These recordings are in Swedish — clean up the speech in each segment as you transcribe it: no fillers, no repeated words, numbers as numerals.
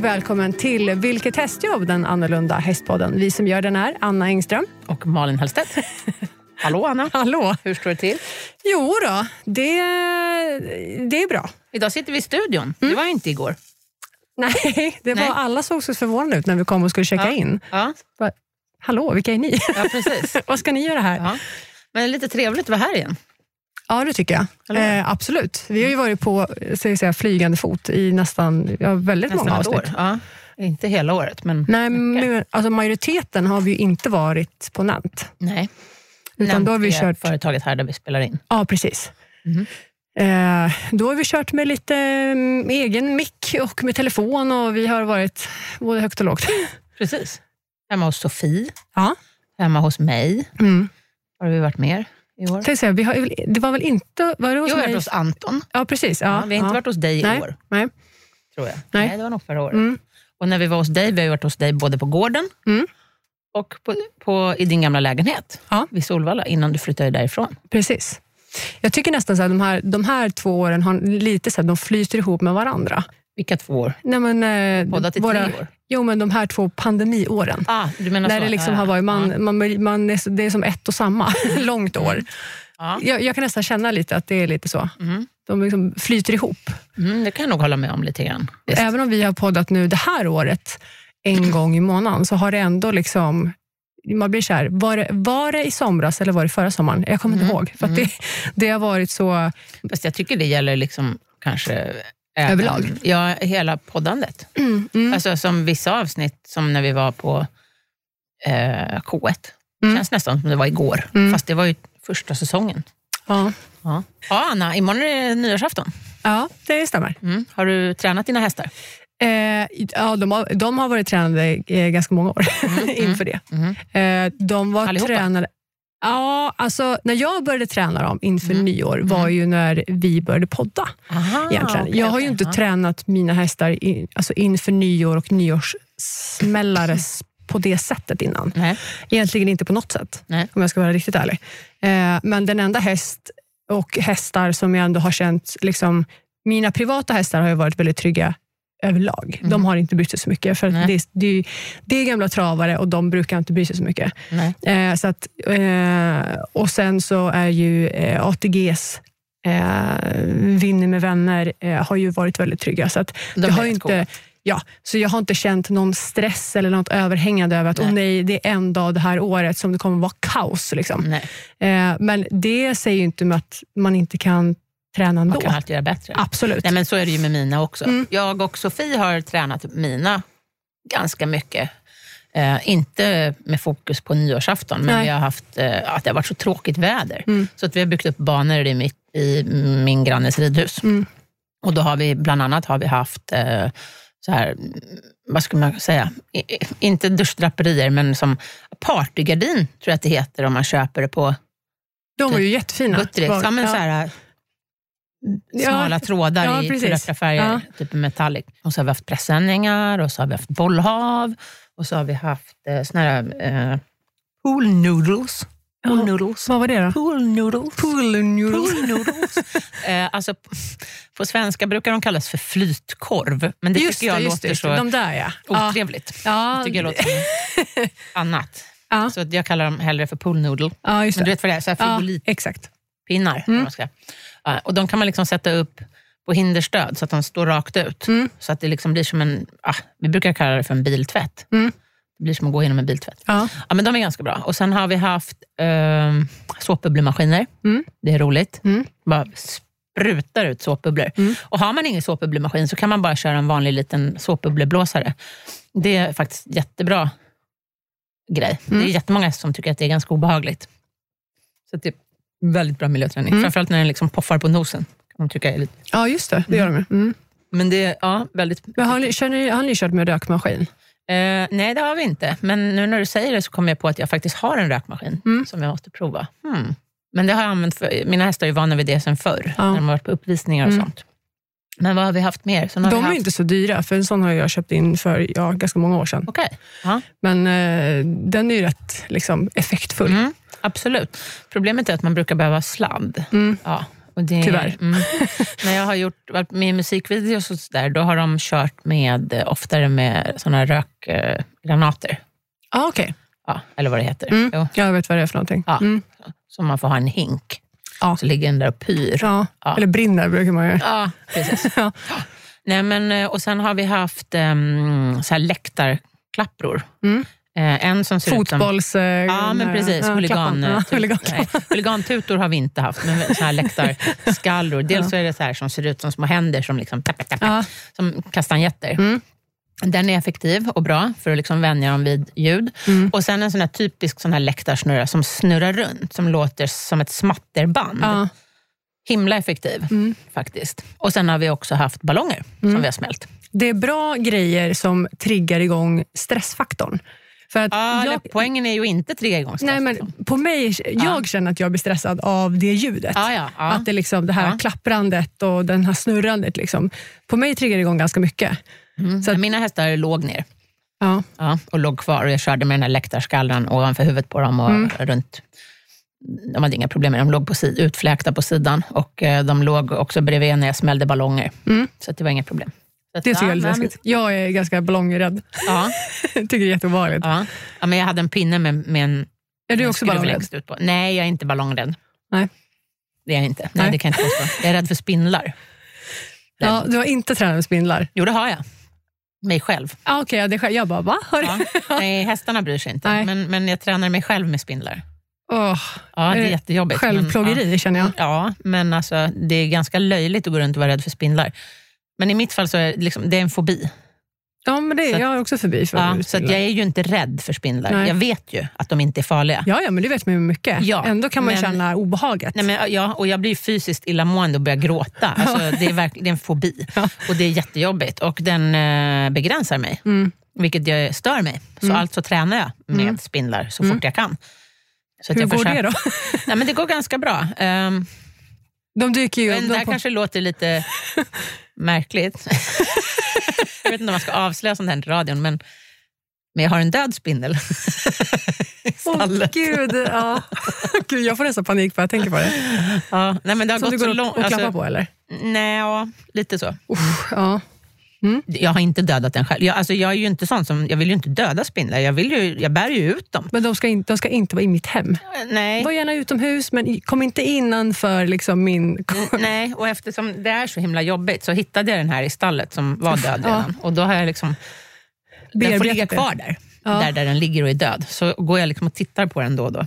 välkommen till Vilket hästjobb, den annorlunda hästpodden. Vi som gör den är Anna Engström. Och Malin Hellstedt. Hallå Anna. Hallå. Hur står det till? Jo då, det är bra. Idag sitter vi i studion. Det var inte igår. Nej, det var alla såg så förvånade ut när vi kom och skulle checka in. Ja. Hallå, vilka är ni? Ja, precis. Vad ska ni göra här? Ja. Men det är lite trevligt att vara här igen. Ja, det tycker jag. Absolut. Vi har ju varit på flygande fot i väldigt många avsnitt. År. Ja. Inte hela året, men... Nej, men, alltså majoriteten har vi ju inte varit på Nant. Nej. Utan då har vi kört företaget här där vi spelar in. Ja, precis. Då har vi kört med lite egen mick och med telefon och vi har varit både högt och lågt. Precis. Hemma hos Sofie. Ja. Hemma hos mig. Har vi varit mer i år? Det var väl inte... Var det hos jag har mig? varit hos Anton. Ja, precis. Ja, vi har inte varit hos dig i år. Nej. Tror jag. Nej, det var nog förra året. Och när vi var hos dig, vi har varit hos dig både på gården och i din gamla lägenhet vid Solvalla innan du flyttade därifrån. Precis. Jag tycker nästan så här, de här 2 åren har lite så här, de flyter ihop med varandra. Vilka 2 år? Nej, men, båda till 3 år? Jo, men de här 2 pandemiåren. Du menar när så? Det liksom har varit, det är som ett och samma långt år. Jag kan nästan känna lite att det är lite så. De liksom flyter ihop. Det kan jag nog hålla med om lite grann. Även om vi har poddat nu det här året en gång i månaden så har det ändå liksom... Man blir så här, var det i somras eller var det förra sommaren? Jag kommer inte ihåg. För att det har varit så... Fast jag tycker det gäller liksom kanske... Överlag? Ja, hela poddandet. Alltså som vissa avsnitt som när vi var på K1. Känns nästan som det var igår. Fast det var ju första säsongen. Ja, Anna, imorgon är det nyårsafton. Ja, det stämmer. Har du tränat dina hästar? Ja, de har varit tränade ganska många år inför det. De var allihopa? tränade... Ja, alltså när jag började träna dem inför nyår var ju när vi började podda. Egentligen. Okay, jag har ju inte tränat mina hästar inför nyår och nyårssmällare på det sättet innan. Nej. Egentligen inte på något sätt, om jag ska vara riktigt ärlig. Men den enda häst och hästar som jag ändå har känt, liksom, mina privata hästar har ju varit väldigt trygga överlag. De har inte brytt sig så mycket för det är gamla travare och de brukar inte bry sig så mycket. Så att, och sen så är ju ATGs vinner med vänner har ju varit väldigt trygga så att det har ju inte så jag har inte känt någon stress eller något överhängande över att det är en dag det här året som det kommer vara kaos liksom. Men det säger ju inte med att man inte kan träna ändå. Man kan alltid göra bättre. Absolut. Nej, men så är det ju med mina också. Jag och Sofie har tränat mina ganska mycket. Inte med fokus på nyårsafton, men vi har haft att det har varit så tråkigt väder. Så att vi har byggt upp banor i min grannes ridhus. Och då har vi bland annat haft så här, vad ska man säga? Inte duschdraperier, men som partygardin tror jag att det heter om man köper det på. De var ju jättefina. Ja, men så här smala trådar i röda färger, typ metallic. Och så har vi haft pressändningar och så har vi haft bollhav och så har vi haft såna här pool noodles. Pool noodles. Vad var det då? Pool noodles. Pool noodles. Alltså på svenska brukar de kallas för flytkorv, men det tycker jag låter så de där, otrevligt. Det tycker jag låter som annat. Så att jag kallar dem hellre för pool noodle. Men du vet vad det är, så här frigolitpinnar. Och de kan man liksom sätta upp på hinderstöd så att de står rakt ut. Så att det liksom blir som en, vi brukar kalla det för en biltvätt. Det blir som att gå igenom en biltvätt. Ja, men de är ganska bra. Och sen har vi haft såpbubblemaskiner. Det är roligt. Bara sprutar ut såpbubblor. Och har man ingen såpbubblemaskin så kan man bara köra en vanlig liten såpbubbleblåsare. Det är faktiskt jättebra grej. Det är jättemånga som tycker att det är ganska obehagligt. Så det är väldigt bra miljöträning. Framförallt när den liksom poffar på nosen. Kan de tycka är lite... Ja, just det. Det gör de. Men det är väldigt... Men har ni kört med rökmaskin? Nej, det har vi inte. Men nu när du säger det så kommer jag på att jag faktiskt har en rökmaskin som jag måste prova. Men det har jag använt för... Mina hästar är ju vana vid det sen förr. När de har varit på uppvisningar och sånt. Men vad har vi haft mer? De är inte så dyra, för en sån har jag köpt in för ganska många år sedan. Okej. Men den är ju rätt liksom, effektfull. Absolut. Problemet är att man brukar behöva sladd. tyvärr. När jag har varit med i musikvideos och sådär, då har de kört oftare med sådana rökgranater. Okej. Ja, eller vad det heter. Jag vet vad det är för någonting. Ja. Så man får ha en hink. Ja. Så ligger den där och pyr. Ja. Eller brinner brukar man göra. Ja, precis. Ja. Nej, men, och sen har vi haft så här läktarklappror. En som ser fotbolls... Ja, men precis. Huligantutor har vi inte haft, men så här läktarskallor. Dels så är det så här som ser ut som små händer som liksom som kastanjetter. Den är effektiv och bra för att liksom vänja dem vid ljud. Och sen en sån här typisk sån här läktarsnurra som snurrar runt, som låter som ett smatterband. Himla effektiv faktiskt. Och sen har vi också haft ballonger som vi har smält. Det är bra grejer som triggar igång stressfaktorn. För att poängen är ju inte trigga igång stressfaktorn. Nej, men på mig, jag känner att jag blir stressad av det ljudet. Att det liksom det här klapprandet och den här snurrandet liksom. På mig triggar det igång ganska mycket. Så att, mina hästar låg ner. Och låg kvar, och jag körde med den här läktarskallran ovanför huvudet på dem och runt. De hade inga problem med det. De låg utfläkta på sidan, och de låg också bredvid när jag smällde ballonger. Så att det var inga problem. Så att, det tycker jag är lite läskigt. Jag är ganska ballongrädd. Tycker det är jätteovanligt. Ja, men jag hade en pinne med en... Är du också ballongrädd? Ut på. Nej, jag är inte ballongrädd. Nej. Det är jag inte. Nej, det kan jag inte påstå. Jag är rädd för spindlar. Ja, du har inte tränat med spindlar? Jo, det har jag. Mig själv. Okej, det själv. Jag bara, va? Nej, hästarna bryr sig inte. Men jag tränar mig själv med spindlar. Ja, det är jättejobbigt. Självplågeri känner jag. Ja, men alltså, det är ganska löjligt att gå runt och vara rädd för spindlar. Men i mitt fall så är det en fobi. Ja, men det är jag också förbi för så att jag är ju inte rädd för spindlar. Nej. Jag vet ju att de inte är farliga. Ja, men det vet man ju mycket. Ja, ändå kan man känna obehaget. Nej, och jag blir fysiskt illamående och börjar gråta. Alltså, det är verkligen en fobi. Och det är jättejobbigt. Och den begränsar mig. Vilket stör mig. Så alltså tränar jag med spindlar så fort jag kan. Så att hur går det då? Nej, men det går ganska bra. De dyker ju upp. Det här kanske låter lite märkligt. Jag vet inte om man ska avslöja sånt här i radion, men jag har en död spindel i stallet. Gud, Gud, jag får nästan panik för att jag tänker på det. Nej, men det har som gått du så går långt. Och klappar på, eller? Nej, lite så. Jag har inte dödat den själv. Jag är ju inte sån som, jag vill ju inte döda spindlar. Jag bär ju ut dem. Men de ska inte vara i mitt hem. Nej. Var gärna utomhus, men kom inte innanför liksom min... Nej, och eftersom det är så himla jobbigt så hittade jag den här i stallet som var död redan. Och då har jag liksom... Den får ligga kvar där. Där den ligger och är död. Så går jag liksom och tittar på den då och då.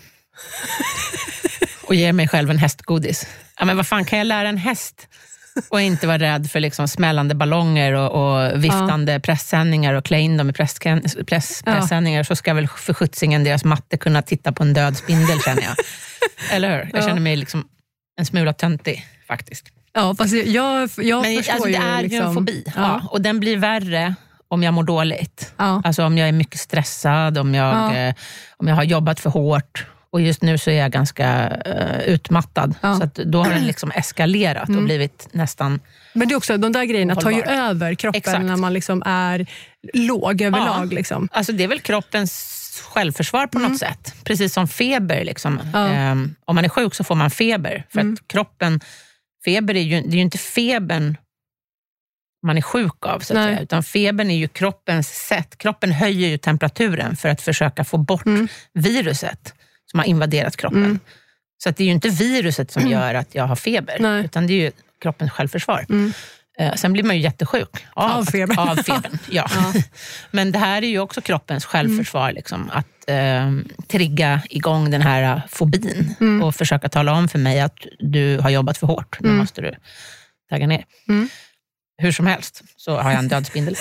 Och ger mig själv en hästgodis. Ja, men vad fan, kan jag lära en häst och inte vara rädd för liksom smällande ballonger och viftande pressändningar och klä in dem i pressändningar, så ska väl för skjutsingen deras matte kunna titta på en död spindel, känner jag. Eller hur? Jag känner mig liksom en smula töntig faktiskt. Ja, fast jag men förstår alltså, det är ju en fobi. Ja. Och den blir värre om jag mår dåligt. Alltså om jag är mycket stressad, om jag har jobbat för hårt. Och just nu så är jag ganska utmattad. Så att då har den liksom eskalerat och blivit nästan... Men det är också, de där grejerna tar ju över kroppen när man liksom är låg överlag. Liksom. Alltså det är väl kroppens självförsvar på något sätt. Precis som feber. Liksom. Om man är sjuk så får man feber. För att kroppen... Feber är ju inte febern man är sjuk av, så att säga, utan febern är ju kroppens sätt. Kroppen höjer ju temperaturen för att försöka få bort viruset som har invaderat kroppen. Så att det är ju inte viruset som gör att jag har feber, utan det är ju kroppens självförsvar. Sen blir man ju jättesjuk av febern. Ja. Men det här är ju också kroppens självförsvar, liksom, att trigga igång den här fobin och försöka tala om för mig att du har jobbat för hårt. Nu måste du tagga ner. Hur som helst så har jag en död spindel.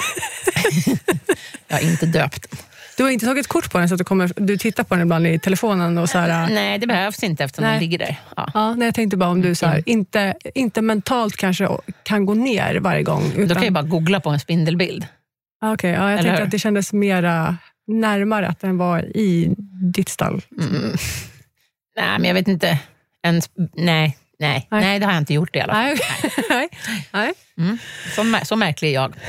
Jag har inte döpt den. Du har inte tagit kort på den så att du tittar på den ibland i telefonen och så här... Nej, det behövs inte eftersom den ligger där. Nej, jag tänkte bara om du så här, inte mentalt kanske kan gå ner varje gång. Utan... Då kan jag bara googla på en spindelbild. Okej, jag tänkte att det kändes mera närmare att den var i ditt stall. Nej, men jag vet inte. Nej, det har jag inte gjort i alla fall. Nej. Så märklig är jag.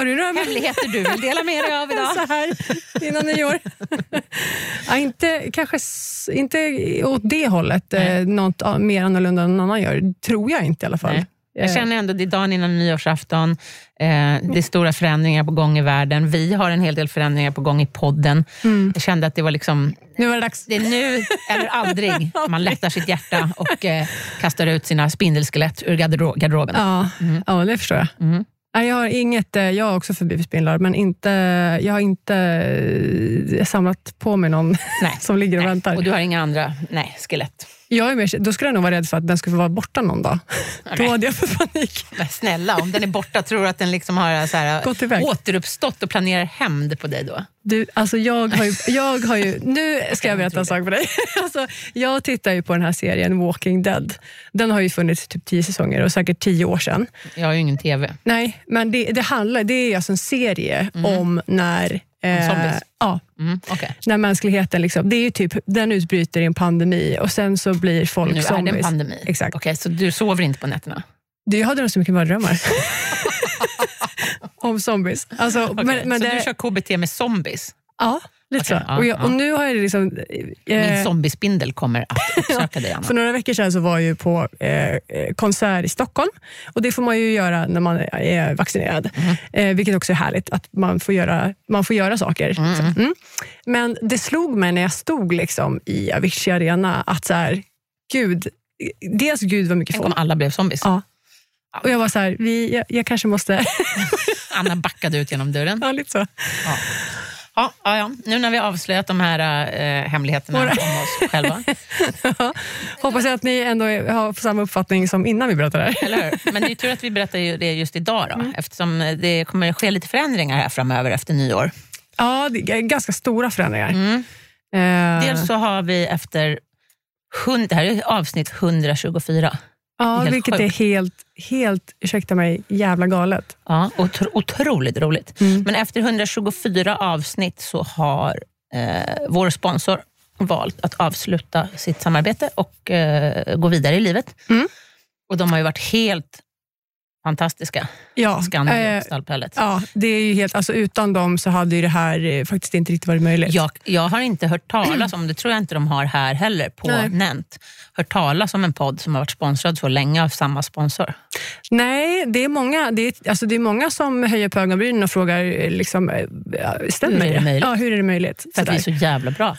Har du några hemligheter du vill dela med dig av idag? Så här innan nyår. Ja, inte åt det hållet. Något mer annorlunda än någon annan gör. Tror jag inte i alla fall. Nej. Jag känner ändå, det är dagen innan nyårsafton. Det är stora förändringar på gång i världen. Vi har en hel del förändringar på gång i podden. Jag kände att det var liksom... Nu var det dags. Det är nu eller aldrig. Man lättar sitt hjärta och kastar ut sina spindelskelett ur garderoben. Ja, det förstår jag. Jag har jag har också förbi spindlar, men jag har inte samlat på mig någon som ligger och väntar. Och du har inga andra skelett? Då skulle jag nog vara rädd för att den skulle vara borta någon dag. Då hade jag fått panik. Men snälla, om den är borta, tror du att den liksom har så här, återuppstått och planerar hämnd på dig då? Du, alltså jag har ju nu ska jag berätta en sak för dig. Alltså, jag tittar ju på den här serien Walking Dead. Den har ju funnits typ 10 säsonger och säkert 10 år sedan. Jag har ju ingen tv. Nej, men det är alltså en serie om när... zombies? Ja. Okay. När mänskligheten liksom, det är ju typ, den utbryter i en pandemi och sen så blir folk zombies. Nu är det en pandemi? Exakt. Okej, så du sover inte på nätterna? Jag hade nog så mycket mardrömmar. Om zombies. Alltså, okay. Men så du kör KBT med zombies? Ja, lite så. Och nu har jag liksom... Min zombiespindel kommer att uppsöka dig, Anna. För några veckor sedan så var jag ju på konsert i Stockholm. Och det får man ju göra när man är vaccinerad. Vilket också är härligt, att man får göra saker. Men det slog mig när jag stod liksom i Avicii Arena att så här, Gud var mycket folk. Om alla blev zombies. Ja. Och jag var så här, jag kanske måste... Anna backade ut genom dörren. Ja, lite så. Ja. Nu när vi har avslöjat de här hemligheterna om oss själva. Hoppas jag att ni ändå har samma uppfattning som innan vi berättade det. Eller hur? Men det är tur att vi berättar det just idag då. Eftersom det kommer ske lite förändringar här framöver efter nyår. Ja, det är ganska stora förändringar. Dels så har vi det här är avsnitt 124. Ja, vilket är helt, ursäkta mig, jävla galet. Ja, otroligt roligt. Men efter 124 avsnitt så har vår sponsor valt att avsluta sitt samarbete och gå vidare i livet. Och de har ju varit helt fantastiska. Stallpellet. Ja, det är ju helt, alltså utan dem så hade ju det här faktiskt inte riktigt varit möjligt. Jag har inte hört talas om, det tror jag inte de har här heller på Nent. Hört talas om en podd som har varit sponsrad så länge av samma sponsor. Nej, det är många som höjer på ögonbrynen och frågar liksom, stämmer det? Ja, hur är det möjligt? För att vi är så jävla bra.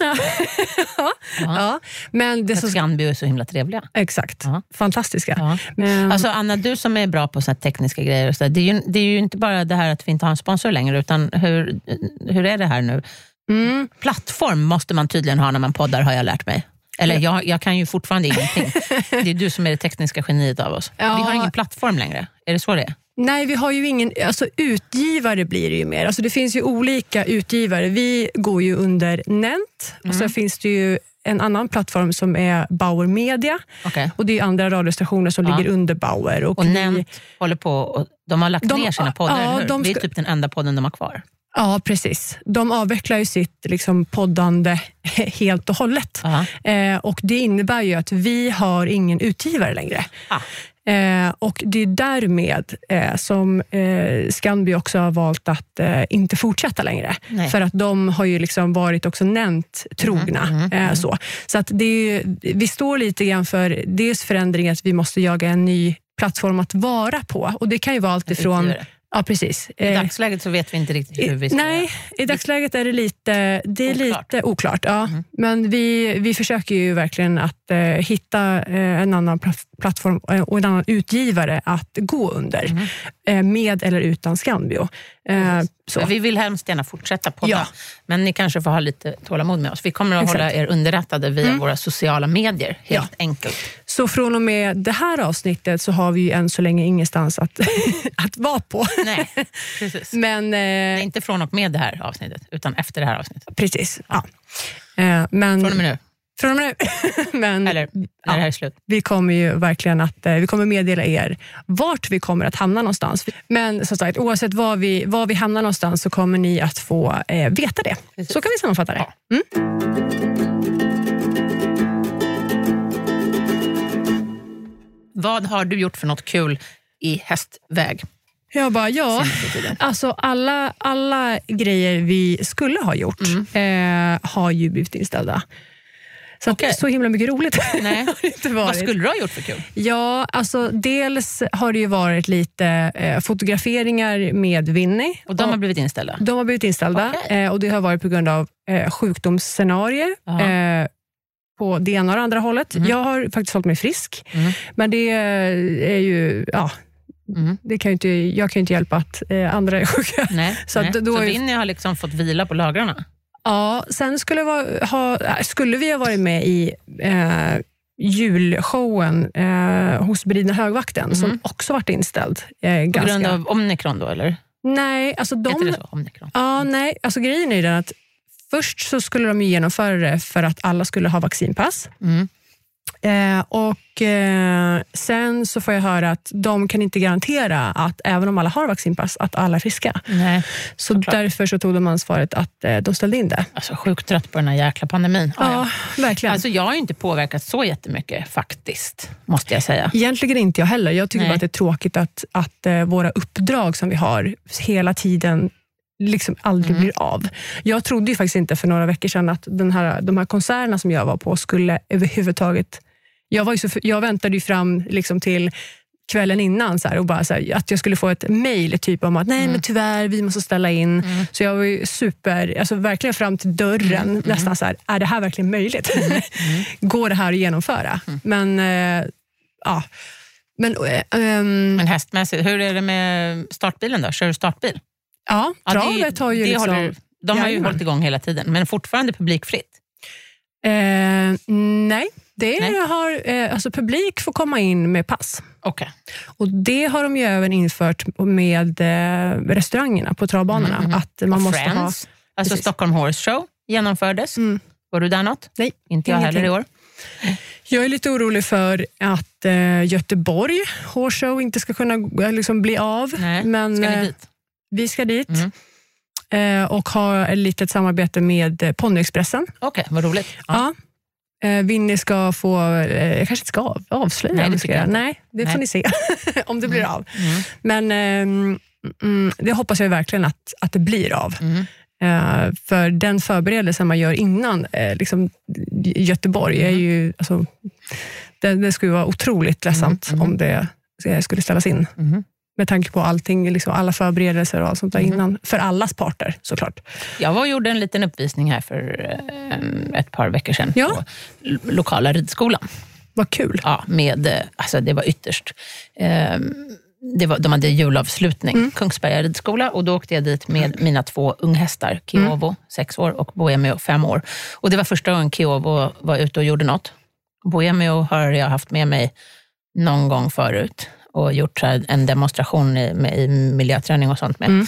Ja. Men det Scandio är så himla trevliga. Exakt, fantastiska. Alltså Anna, du som är bra på såna tekniska grejer och så, det är ju inte bara det här att vi inte har en sponsor längre, utan hur är det här nu? Plattform måste man tydligen ha när man poddar, har jag lärt mig. Eller jag kan ju fortfarande ingenting. Det är du som är det tekniska geniet av oss. Vi har ingen plattform längre. Är det så det är? Nej, vi har ju ingen... Alltså utgivare blir det ju mer. Alltså det finns ju olika utgivare. Vi går ju under Nent. Och så finns det ju en annan plattform som är Bauer Media. Okay. Och det är andra radiostationer som ligger under Bauer. Och Nent håller på... Och de har lagt ner sina poddar. Det är typ den enda podden de har kvar. Ja, precis. De avvecklar ju sitt liksom, poddande helt och hållet. Och det innebär ju att vi har ingen utgivare längre. Och det är därmed som Scandio också har valt att inte fortsätta längre. Nej. För att de har ju liksom varit också Nent trogna. Så att vi står lite grann för dels förändring att vi måste jaga en ny plattform att vara på. Och det kan ju vara allt ifrån... Ja, precis. I dagsläget så vet vi inte riktigt hur vi ska... Nej, i dagsläget är det lite oklart. Ja. Men vi försöker ju verkligen att hitta en annan plattform och en annan utgivare att gå under. Med eller utan Scandio. Så. Vi vill hemskt gärna fortsätta podda. Men ni kanske får ha lite tålamod med oss. Vi kommer att hålla er underrättade via våra sociala medier. Helt enkelt. Så från och med det här avsnittet så har vi ju än så länge ingenstans att vara på. Nej, precis. Men, inte från och med det här avsnittet, utan efter det här avsnittet. Precis, men, från och med nu. Men, eller när det här är slut. Vi kommer ju verkligen att vi kommer meddela er vart vi kommer att hamna någonstans. Men som sagt, oavsett var vi hamnar någonstans så kommer ni att få veta det. Precis. Så kan vi sammanfatta det. Vad har du gjort för något kul i hästväg? Jag bara, alltså alla grejer vi skulle ha gjort har ju blivit inställda. Så himla mycket roligt. Nej. Vad skulle du ha gjort för kul? Ja, alltså dels har det ju varit lite fotograferingar med Winnie. Och de har blivit inställda? De har blivit inställda och det har varit på grund av sjukdomsscenarier på det ena och andra hållet. Jag har faktiskt hållit mig frisk, men det är ju, det kan ju inte, jag kan ju inte hjälpa att andra är sjuka. Så Winnie har liksom fått vila på lagrarna? Ja, sen skulle vi ha varit med i julshowen hos Beridna högvakten som också varit inställd. På grund av Omikron då, eller? Nej, alltså heter det så? Omikron? Ja, nej, alltså grejen är ju den att först så skulle de genomföra det för att alla skulle ha vaccinpass. Sen så får jag höra att de kan inte garantera att även om alla har vaccinpass att alla är friska. Nej, så därför så tog de ansvaret att de ställde in det. Alltså sjukt trött på den här jäkla pandemin. Ja, verkligen. Alltså jag har ju inte påverkat så jättemycket faktiskt, måste jag säga. Egentligen inte jag heller. Jag tycker bara att det är tråkigt att våra uppdrag som vi har hela tiden liksom aldrig blir av. Jag trodde ju faktiskt inte för några veckor sedan att de här konserterna som jag var på skulle överhuvudtaget. Jag väntade ju fram liksom till kvällen innan så här, och bara så här, att jag skulle få ett mejl typ om att nej men tyvärr vi måste ställa in. Så jag var ju alltså verkligen fram till dörren nästan så här, är det här verkligen möjligt? Går det här att genomföra? Men Men hästmässigt, hur är det med startbilen då? Kör du startbil? Ja, travet har ju liksom... De har ju hållit igång hela tiden, men fortfarande publikfritt? Nej, alltså publik får komma in med pass. Okay. Och det har de ju även infört med restaurangerna på travbanorna. Att man måste Friends, ha... alltså Precis. Stockholm Horse Show genomfördes. Var du där något? Nej. Inte jag heller i år. Jag är lite orolig för att Göteborg Horse Show inte ska kunna liksom bli av. Nej. Men, ska ni dit? Vi ska dit. Och ha ett litet samarbete med Ponyexpressen. Okej, vad roligt. Ja. Winnie ska få, jag kanske inte ska avslöja. Nej, det får ni se om det blir av. Men det hoppas jag verkligen att det blir av. För den förberedelsen man gör innan liksom Göteborg är ju, alltså, det skulle vara otroligt ledsamt om det skulle ställas in. Med tanke på allting, liksom alla förberedelser och allt sånt där innan. För allas parter, såklart. Jag var och gjorde en liten uppvisning här för ett par veckor sedan på lokala ridskolan. Vad kul. Ja, alltså det var ytterst. De hade julavslutning, Kungsberga ridskola, och då åkte jag dit med mina 2 unghästar, Kiovo 6 år och Bohemio 5 år. Och det var första gången Kiovo var ute och gjorde något. Bohemio har jag haft med mig någon gång förut och gjort en demonstration i miljöträning och sånt med.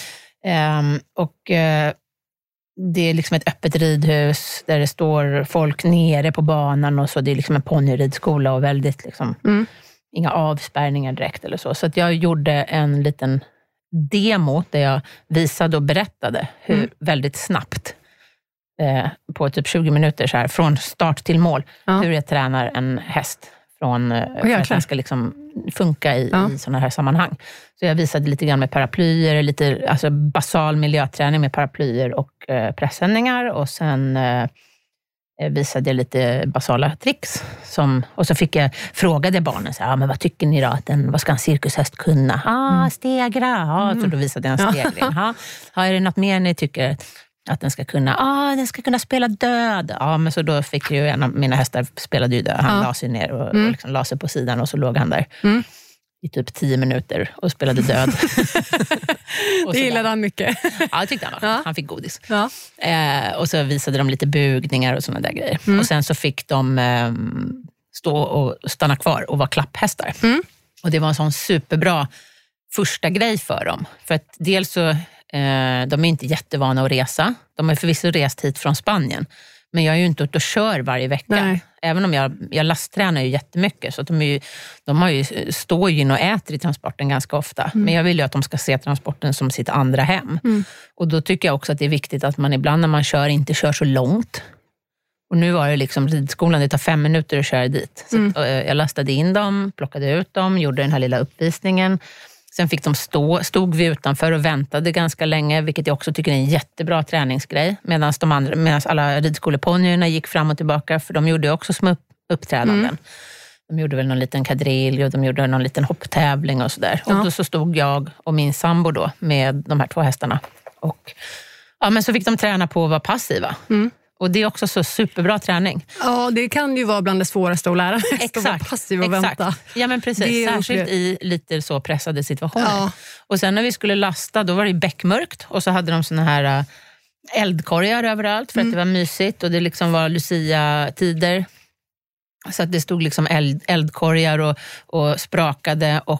Det är liksom ett öppet ridhus där det står folk nere på banan och så. Det är liksom en ponnyridskola och väldigt liksom, inga avspärrningar direkt eller så. Så att jag gjorde en liten demo där jag visade och berättade hur väldigt snabbt på typ 20 minuter så här, från start till mål, hur jag tränar en häst för att den ska liksom funka i sådana här sammanhang. Så jag visade lite grann med paraplyer, lite alltså basal miljöträning med paraplyer och pressändningar, och sen visade jag lite basala tricks och så frågade barnen så här, men vad tycker ni då vad ska en cirkushäst kunna? Stegra. Så då visade jag en stegring. Är det något mer ni tycker att den ska kunna? Den ska kunna spela död. Men så då fick ju en av mina hästar spelade ju död. Han la sig ner och liksom la sig på sidan, och så låg han där i typ 10 minuter och spelade död. Det gillade han mycket. Ja, det tyckte han. Han fick godis. Och så visade de lite bugningar och såna där grejer. Och sen så fick de stå och stanna kvar och vara klapphästar. Och det var en sån superbra första grej för dem. För att dels så de är inte jättevana att resa. De har förvisso rest hit från Spanien. Men jag är ju inte ute och kör varje vecka. Nej. Även om jag lasttränar ju jättemycket. Så att de står ju in och äter i transporten ganska ofta. Men jag vill ju att de ska se transporten som sitt andra hem. Och då tycker jag också att det är viktigt att man ibland när man kör inte kör så långt. Och nu var det liksom ridskolan, det tar 5 minuter att köra dit. Så att, jag lastade in dem, plockade ut dem, gjorde den här lilla uppvisningen. Sen fick de stod vi utanför och väntade ganska länge, vilket jag också tycker är en jättebra träningsgrej. Medan alla ridskoleponjerna gick fram och tillbaka, för de gjorde också små uppträdanden. De gjorde väl någon liten kadrill och de gjorde någon liten hopptävling och sådär. Och då så stod jag och min sambo då med de här 2 hästarna. Och men så fick de träna på att vara passiva. Och det är också så superbra träning. Ja, det kan ju vara bland det svåraste att lära. Exakt. Att vara passiv och vänta. Ja, men precis. Särskilt i lite så pressade situationer. Och sen när vi skulle lasta, då var det bäckmörkt. Och så hade de såna här eldkorgar överallt för att det var mysigt. Och det liksom var Lucia-tider. Så att det stod liksom eldkorgar och sprakade och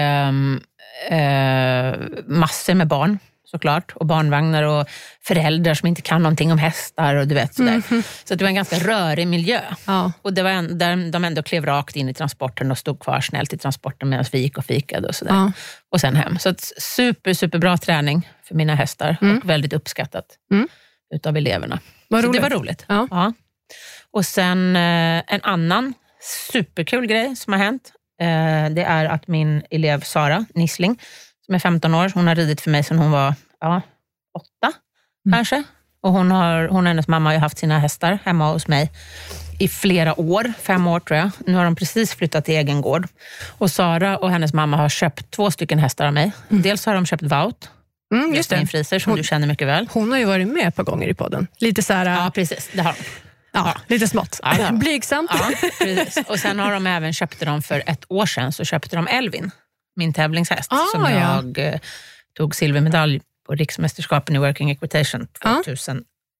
massor med barn såklart. Och barnvagnar och föräldrar som inte kan någonting om hästar och du vet sådär. Så att det var en ganska rörig miljö. Och det var där de ändå klev rakt in i transporten och stod kvar snällt i transporten medan vi gick och fikade och sådär. Och sen hem. Så att superbra träning för mina hästar och väldigt uppskattat utav eleverna. Så det var roligt. Ja. Och sen en annan superkul grej som har hänt, det är att min elev Sara Nissling, som är 15 år, hon har ridit för mig sedan hon var 8 kanske. Och hon och hennes mamma har ju haft sina hästar hemma hos mig i flera år, 5 år tror jag. Nu har de precis flyttat till egen gård. Och Sara och hennes mamma har köpt 2 stycken hästar av mig. Dels har de köpt Wout, just det. Min friser som du känner mycket väl. Hon har ju varit med ett par gånger i podden. Lite så här. Ja, precis. Det har de. Ja, lite smått. Ja. Blygsamt. Ja, precis. Och sen har de även köpte de för 1 år sedan, så köpte de Elvin, min tävlingshäst, som jag tog silvermedalj på riksmästerskapen i working equitation 2018.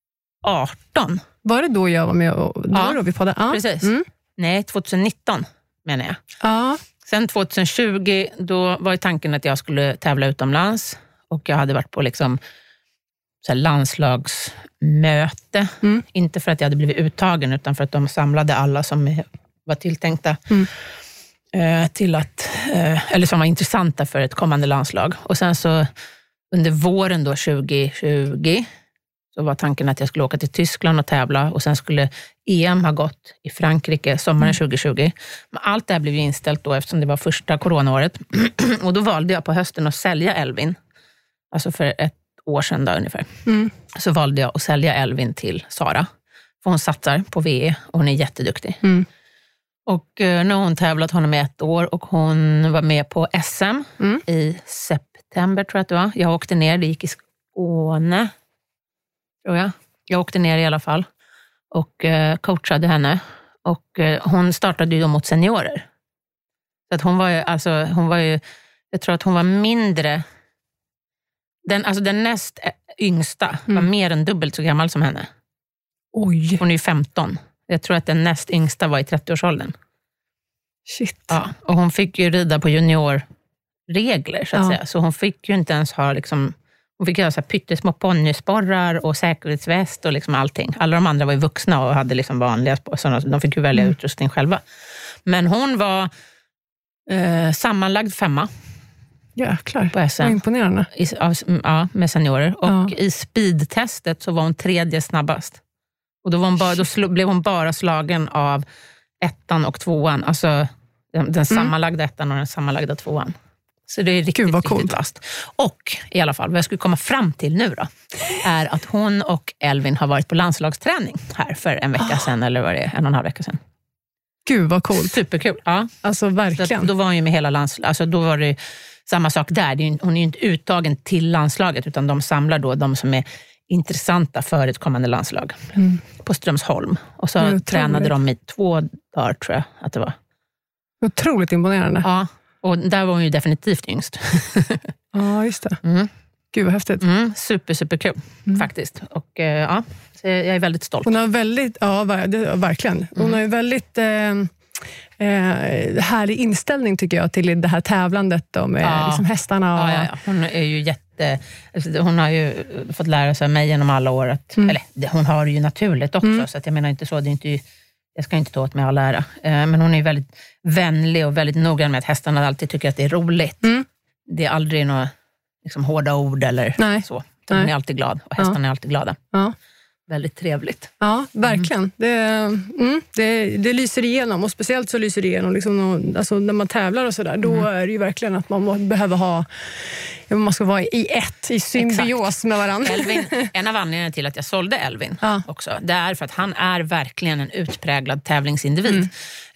Var det då jag var med och då vi poddade? Ja, precis. Nej, 2019 menar jag. Ja. Sen 2020 då var ju tanken att jag skulle tävla utomlands, och jag hade varit på liksom så här landslagsmöte. Inte för att jag hade blivit uttagen, utan för att de samlade alla som var tilltänkta till att, eller som var intressanta för ett kommande landslag. Och sen så under våren då 2020 så var tanken att jag skulle åka till Tyskland och tävla, och sen skulle EM ha gått i Frankrike sommaren 2020. Men allt det här blev ju inställt då eftersom det var första coronaåret. Och då valde jag på hösten att sälja Elvin. Alltså för 1 år sedan då ungefär. Så valde jag att sälja Elvin till Sara. För hon satsar på VE och hon är jätteduktig. Och nu har hon tävlat honom i 1 år, och hon var med på SM i september tror jag att det var. Jag åkte ner, det gick i Skåne tror jag. Jag åkte ner i alla fall och coachade henne. Och hon startade ju då mot seniorer. Så att hon var ju, jag tror att hon var mindre. Den näst yngsta var mer än dubbelt så gammal som henne. Oj. Hon är ju 15. Jag tror att den näst yngsta var i 30-årsåldern. Shit. Ja, och hon fick ju rida på juniorregler så att säga. Så hon fick ju inte ens ha liksom, hon fick göra så här pyttesmå ponnysporrar och säkerhetsväst och liksom allting. Alla de andra var ju vuxna och hade liksom vanliga så de fick ju välja utrustning själva. Men hon var sammanlagd 5:a. Jäklar, på SM. vad imponerande. Med seniorer. Och i speedtestet så var hon 3:e snabbast. Och då, blev hon bara slagen av 1:an och 2:an. Alltså den sammanlagda 1:an och den sammanlagda 2:an. Så det är riktigt vast. Och i alla fall, vad jag skulle komma fram till nu då, är att hon och Elvin har varit på landslagsträning här för en vecka sedan, eller vad det är, 1,5 vecka sedan. Gud vad coolt. Superkul, ja. Alltså verkligen. Då var hon ju med hela landslaget, alltså då var det samma sak där. Hon är ju inte uttagen till landslaget, utan de samlar då de som är intressanta för ett kommande landslag på Strömsholm. Och så tränade de i 2 dagar tror jag att det var. Otroligt imponerande. Ja, och där var hon ju definitivt yngst. Ja, just det. Gud vad häftigt. Superkul faktiskt. Och så jag är väldigt stolt. Hon har väldigt, verkligen. Hon har ju väldigt härlig inställning tycker jag till det här tävlandet och med liksom hästarna. Och... Ja. Hon är ju hon har ju fått lära sig av mig genom alla år att, eller hon har det ju naturligt också, så att jag menar inte så, det är inte, jag ska inte ta åt mig all ära. Men hon är ju väldigt vänlig och väldigt noggrann med att hästarna alltid tycker att det är roligt. Det är aldrig några liksom hårda ord eller så. Hon är alltid glad och hästarna är alltid glada. Ja. väldigt trevligt. Ja, verkligen. Det lyser igenom, och speciellt så lyser det igenom liksom, alltså, när man tävlar och sådär, då är det ju verkligen att man behöver man ska vara i symbios med varandra. Elvin, en av anledningarna till att jag sålde Elvin också, det är för att han är verkligen en utpräglad tävlingsindivid.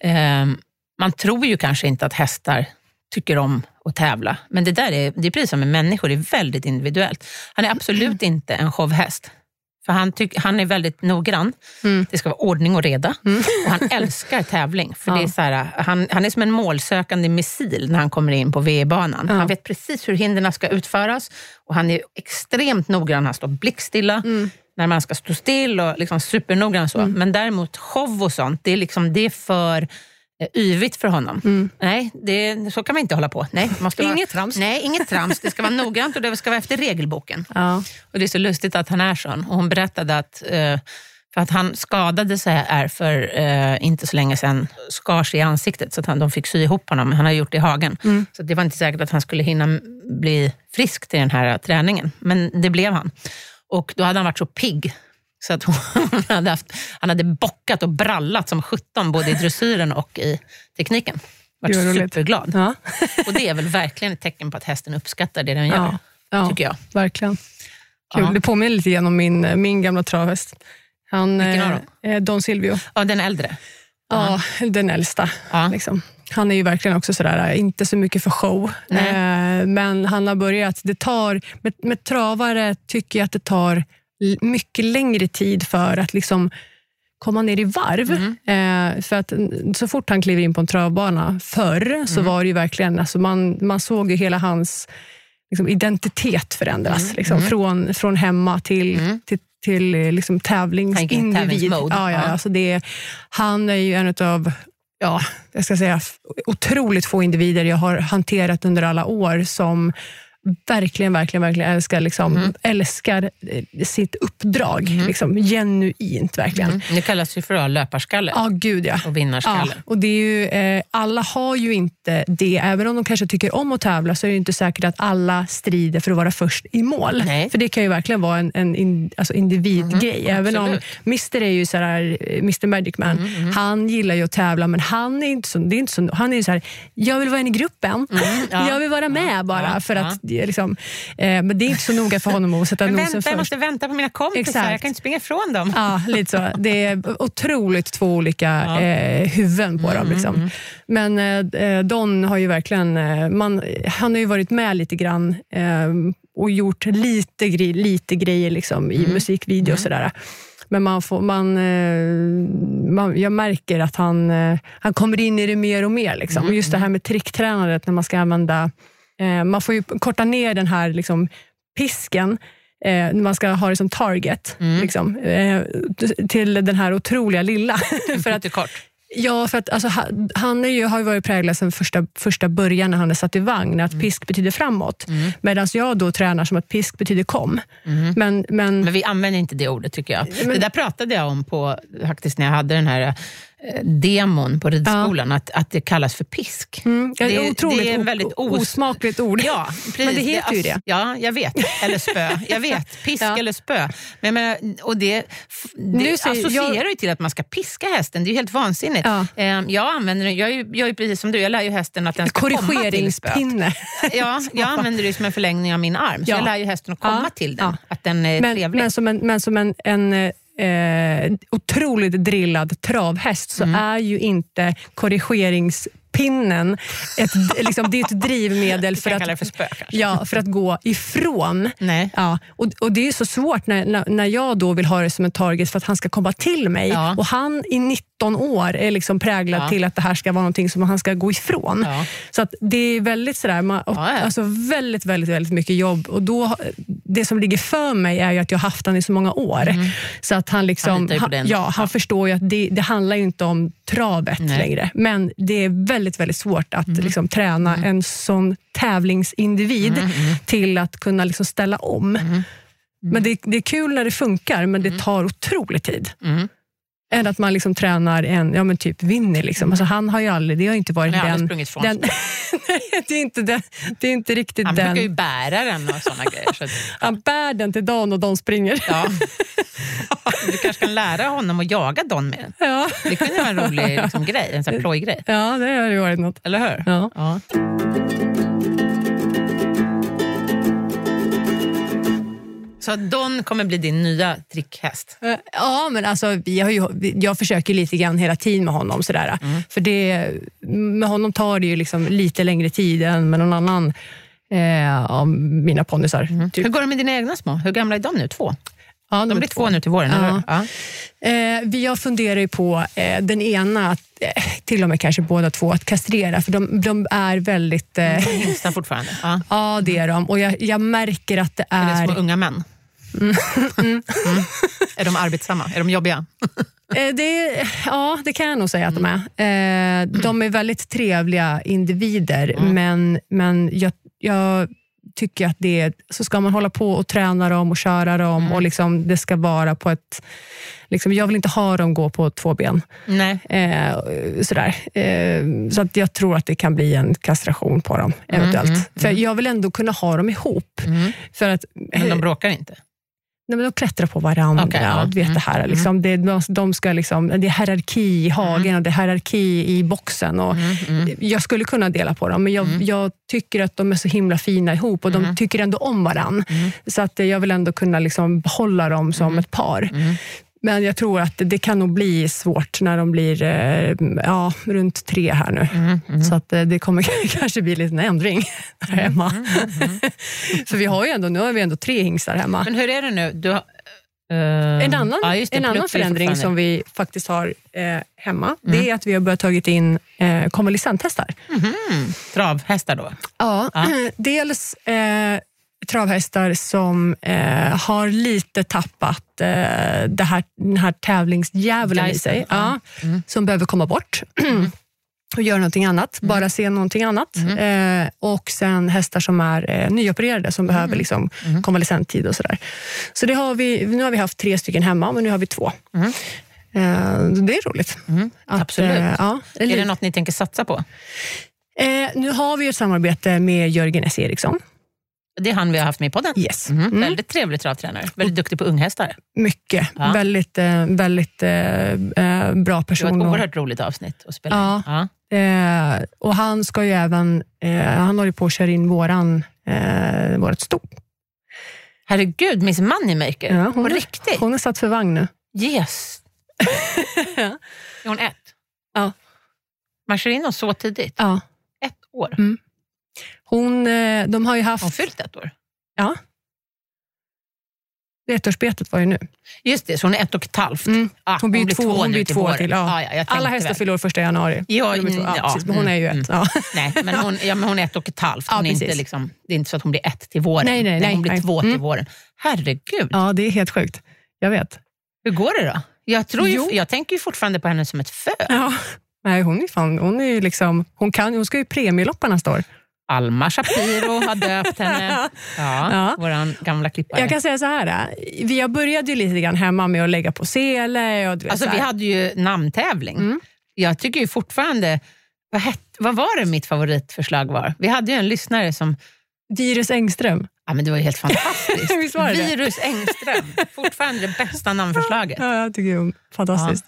Man tror ju kanske inte att hästar tycker om att tävla, men det är precis som med människor, det är väldigt individuellt. Han är absolut inte en showhäst. För han är väldigt noggrann. Det ska vara ordning och reda. Och han älskar tävling. För det är så här, han är som en målsökande missil när han kommer in på V-banan. Han vet precis hur hindren ska utföras. Och han är extremt noggrann. Han står blickstilla när man ska stå still och liksom supernoggrann så. Men däremot show och sånt, det är för yvigt för honom. Nej, så kan man inte hålla på. Nej, inget trams. Nej, inget trams. Det ska vara noggrant och det ska vara efter regelboken. Och det är så lustigt att han är sån. Och hon berättade att för att han skadade sig här för inte så länge sedan, skar sig i ansiktet så att de fick sy ihop honom. Men han har gjort det i hagen. Så det var inte säkert att han skulle hinna bli frisk till den här träningen. Men det blev han. Och då hade han varit så pigg. Så att han hade bockat och brallat som 17 både i dressyren och i tekniken. Varit superglad. Ja. Och det är väl verkligen ett tecken på att hästen uppskattar det den gör, tycker jag. Verkligen. Kul. Det påminner lite grann om min gamla travhäst. Vilken av dem? Don Silvio. Ja, den äldre. Ja, den äldsta. Liksom. Han är ju verkligen också sådär, inte så mycket för show. Men han har börjat, med travare tycker jag att det tar mycket längre tid för att liksom komma ner i varv. För att så fort han kliver in på en travbana förr så var det ju verkligen, alltså man såg ju hela hans liksom, identitet förändras. Liksom, från hemma till liksom, tävlingsindivid. Alltså han är ju en av jag ska säga otroligt få individer jag har hanterat under alla år som verkligen älskar sitt uppdrag liksom, genuint verkligen. Det kallas ju för löparskalle. Ja, gud ja. Och vinnarskalle. Och det är ju, alla har ju inte det. Även om de kanske tycker om att tävla så är det inte säkert att alla strider för att vara först i mål. Nej. För det kan ju verkligen vara en individgrej. Även om Mr. är ju så här, Mr. Magic Man. Han gillar ju att tävla, men han är inte så, han är ju så här, jag vill vara en i gruppen. Jag vill vara med bara för att liksom, men det är inte så noga för honom att sätta nosen först. Jag måste vänta på mina kompisar, jag kan inte springa ifrån dem. Ja, lite så. Det är otroligt två olika huvuden på dem. Liksom. Men Don har ju verkligen, han har ju varit med lite grann och gjort lite grejer liksom, i musikvideo och sådär. Men jag märker att han kommer in i det mer och mer. Liksom. Just det här med tricktränandet när man ska använda, man får ju korta ner den här liksom, pisken när man ska ha det som target liksom, till den här otroliga lilla. För att det är kort. Ja, för att alltså, han har ju varit präglad sedan första början när han är satt i vagn, att pisk betyder framåt. Medan jag då tränar som att pisk betyder kom. Men vi använder inte det ordet, tycker jag. Det där pratade jag om faktiskt när jag hade den här demon på ridskolan, att det kallas för pisk. Det är en väldigt osmakligt ord. Ja, precis. Men det heter ju det. Ja, jag vet. Eller spö. Jag vet. Pisk eller spö. Men och det associerar ju till att man ska piska hästen. Det är ju helt vansinnigt. Jag använder det, jag är precis som du, jag lär ju hästen att den ska komma till spöet. Ja, jag använder det som en förlängning av min arm. Så jag lär ju hästen att komma till den. Att den är trevlig. Men som en otroligt drillad travhäst så är ju inte korrigeringspinnen det är ett drivmedel för att gå ifrån. Nej. Ja, och det är så svårt när jag då vill ha det som en target för att han ska komma till mig och han i 19 år är liksom präglad till att det här ska vara någonting som han ska gå ifrån. Så att det är väldigt sådär, alltså väldigt, väldigt, väldigt mycket jobb, och då det som ligger för mig är ju att jag har haft han i så många år så att han liksom han förstår ju att det handlar ju inte om travet längre, men det är väldigt, väldigt svårt att liksom träna en sån tävlingsindivid till att kunna liksom ställa om. Men det är kul när det funkar, men det tar otrolig tid. än att man liksom tränar en typ Winnie liksom. Alltså han har ju aldrig, det har inte varit han har den. sprungit från. Nej, det är inte riktigt han den. Han brukar ju bära den och sådana grejer. Så han bär den till Don och Don springer. Ja. Du kanske kan lära honom att jaga Don med den. Ja. Det kunde vara en rolig liksom, grej, en sån här plojgrej. Ja, det har ju varit något. Eller hur? Ja. Så Don kommer bli din nya trickhäst? Ja, men alltså, jag försöker lite grann hela tiden med honom. Sådär. För med honom tar det ju liksom lite längre tid än med någon annan av mina ponnysar. Typ. Hur går det med dina egna små? Hur gamla är de nu? 2? Ja, de blir 2 nu till våren, eller? Ja. Jag funderar ju på den ena, till och med kanske båda 2, att kastrera. För de är väldigt... Hingstar fortfarande? Ja, det är de. Och jag märker att det är... Är det små unga män? Är de arbetsamma? Är de jobbiga? Det kan jag nog säga att de är. De är väldigt trevliga individer, men jag tycker att så ska man hålla på och träna dem och köra dem och liksom, det ska vara på ett... Liksom, jag vill inte ha dem gå på 2 ben. Nej. Sådär. Så att jag tror att det kan bli en kastration på dem eventuellt. För jag vill ändå kunna ha dem ihop. För att, men de bråkar inte? Nej, men de klättrar på varandra. Okay, och vet det här. Liksom, de ska liksom, det är hierarki i hagen och det är hierarki i boxen. Och jag skulle kunna dela på dem, men jag tycker att de är så himla fina ihop och de tycker ändå om varann. Så att jag vill ändå kunna liksom behålla dem som ett par. Men jag tror att det kan nog bli svårt när de blir runt 3 här nu. Så att det kommer kanske bli lite en ändring här hemma. För nu har vi ändå 3 hingstar hemma. Men hur är det nu? Du har, en annan förändring som vi faktiskt har hemma, det är att vi har börjat tagit in konvalescenthästar. Travhästar då? Ja. Dels... travhästar som har lite tappat den här tävlingsdjävulen i sig. Som behöver komma bort och göra någonting annat. Bara se någonting annat. Och sen hästar som är nyopererade som behöver liksom konvalescenttid och sådär. Så nu har vi haft 3 stycken hemma, men nu har vi 2. Det är roligt. Absolut. Är det något ni tänker satsa på? Nu har vi ett samarbete med Jörgen S. Eriksson. Det är han vi har haft med i podden. Yes. Väldigt trevlig travtränare. Väldigt duktig på unghästar. Mycket. Ja. Väldigt bra person. Det var ett oerhört roligt avsnitt att spela. Ja. Och han ska ju även... han håller på att köra in vårat sto. Herregud, Miss Moneymaker. Ja, på riktigt. Hon är satt för vagn nu. Yes. Är hon 1? Ja. Man kör in oss så tidigt? Ja. 1 år? De har ju haft... Hon fyllt 1 år? Ja. 1-årsbetet var ju nu. Just det, så hon är 1 1/2. Hon blir 2 till. Ja. Alla hästar fyller år 1 januari. Precis, men hon är ju 1. Nej, men hon är 1 1/2. Hon är inte liksom, det är inte så att hon blir 1 till våren. Nej, hon blir 2 till våren. Herregud. Ja, det är helt sjukt. Jag vet. Hur går det då? Jag tänker ju fortfarande på henne som ett fö. Ja. Nej, hon är ju liksom... Hon ska ju premieloppa nästa år. Alma Shapiro har döpt henne. Ja. Våran gamla klippare. Jag kan säga så här. Vi började ju lite grann hemma med att lägga på sele. Och vi hade ju namntävling. Jag tycker ju fortfarande... Vad var det mitt favoritförslag var? Vi hade ju en lyssnare som... Virus Engström. Ja, men det var ju helt fantastiskt. Visst var det? Virus Engström. Fortfarande det bästa namnförslaget. Ja, jag tycker det är fantastiskt.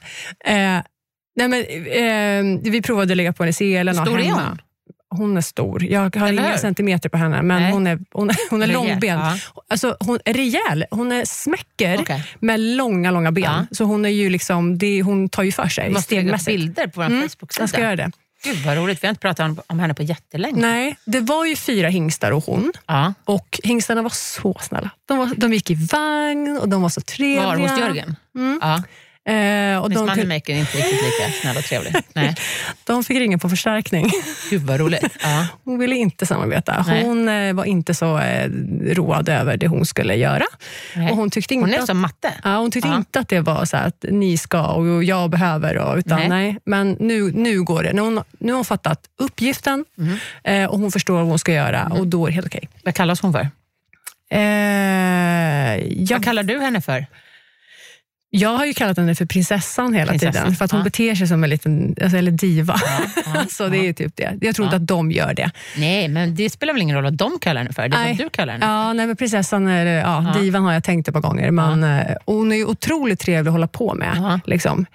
Vi provade att lägga på en selen och hemma. Hon? Hon är stor. Jag har inga centimeter på henne, men hon är långben. Ja. Alltså, hon är rejäl. Hon är smäcker med långa ben. Ja. Så hon är ju liksom, hon tar ju för sig. Du måste lägga bilder på vår Facebook-sida. Jag ska göra det. Gud vad roligt, vi har inte pratat om henne på jättelänge. Nej, det var ju 4 hingstar och hon. Ja. Och hingstarna var så snälla. De gick i vagn och de var så trevliga. Var hos Jörgen? Ja. Miss Moneymaker är inte riktigt lika snäll och trevlig. Nej. De fick ringa på förstärkning. Gud vad roligt. Ja. Hon ville inte samarbeta. Hon var inte så road över det hon skulle göra. Och hon tyckte inte hon är som matte. Hon tyckte inte att det var så att ni ska och jag behöver. Utan nej. Men nu går det. Nu har hon fattat uppgiften och hon förstår vad hon ska göra och då är det helt okej. Vad kallas hon för? Vad kallar du henne för? Jag har ju kallat henne för prinsessan hela tiden. För att hon beter sig som en liten eller diva. Så det är ju typ det. Jag tror inte att de gör det. Nej, men det spelar väl ingen roll vad de kallar henne för. Det är vad du kallar henne för. Ja, nej, men prinsessan är, divan har jag tänkt ett par gånger. Men hon är ju otroligt trevlig att hålla på med. Liksom.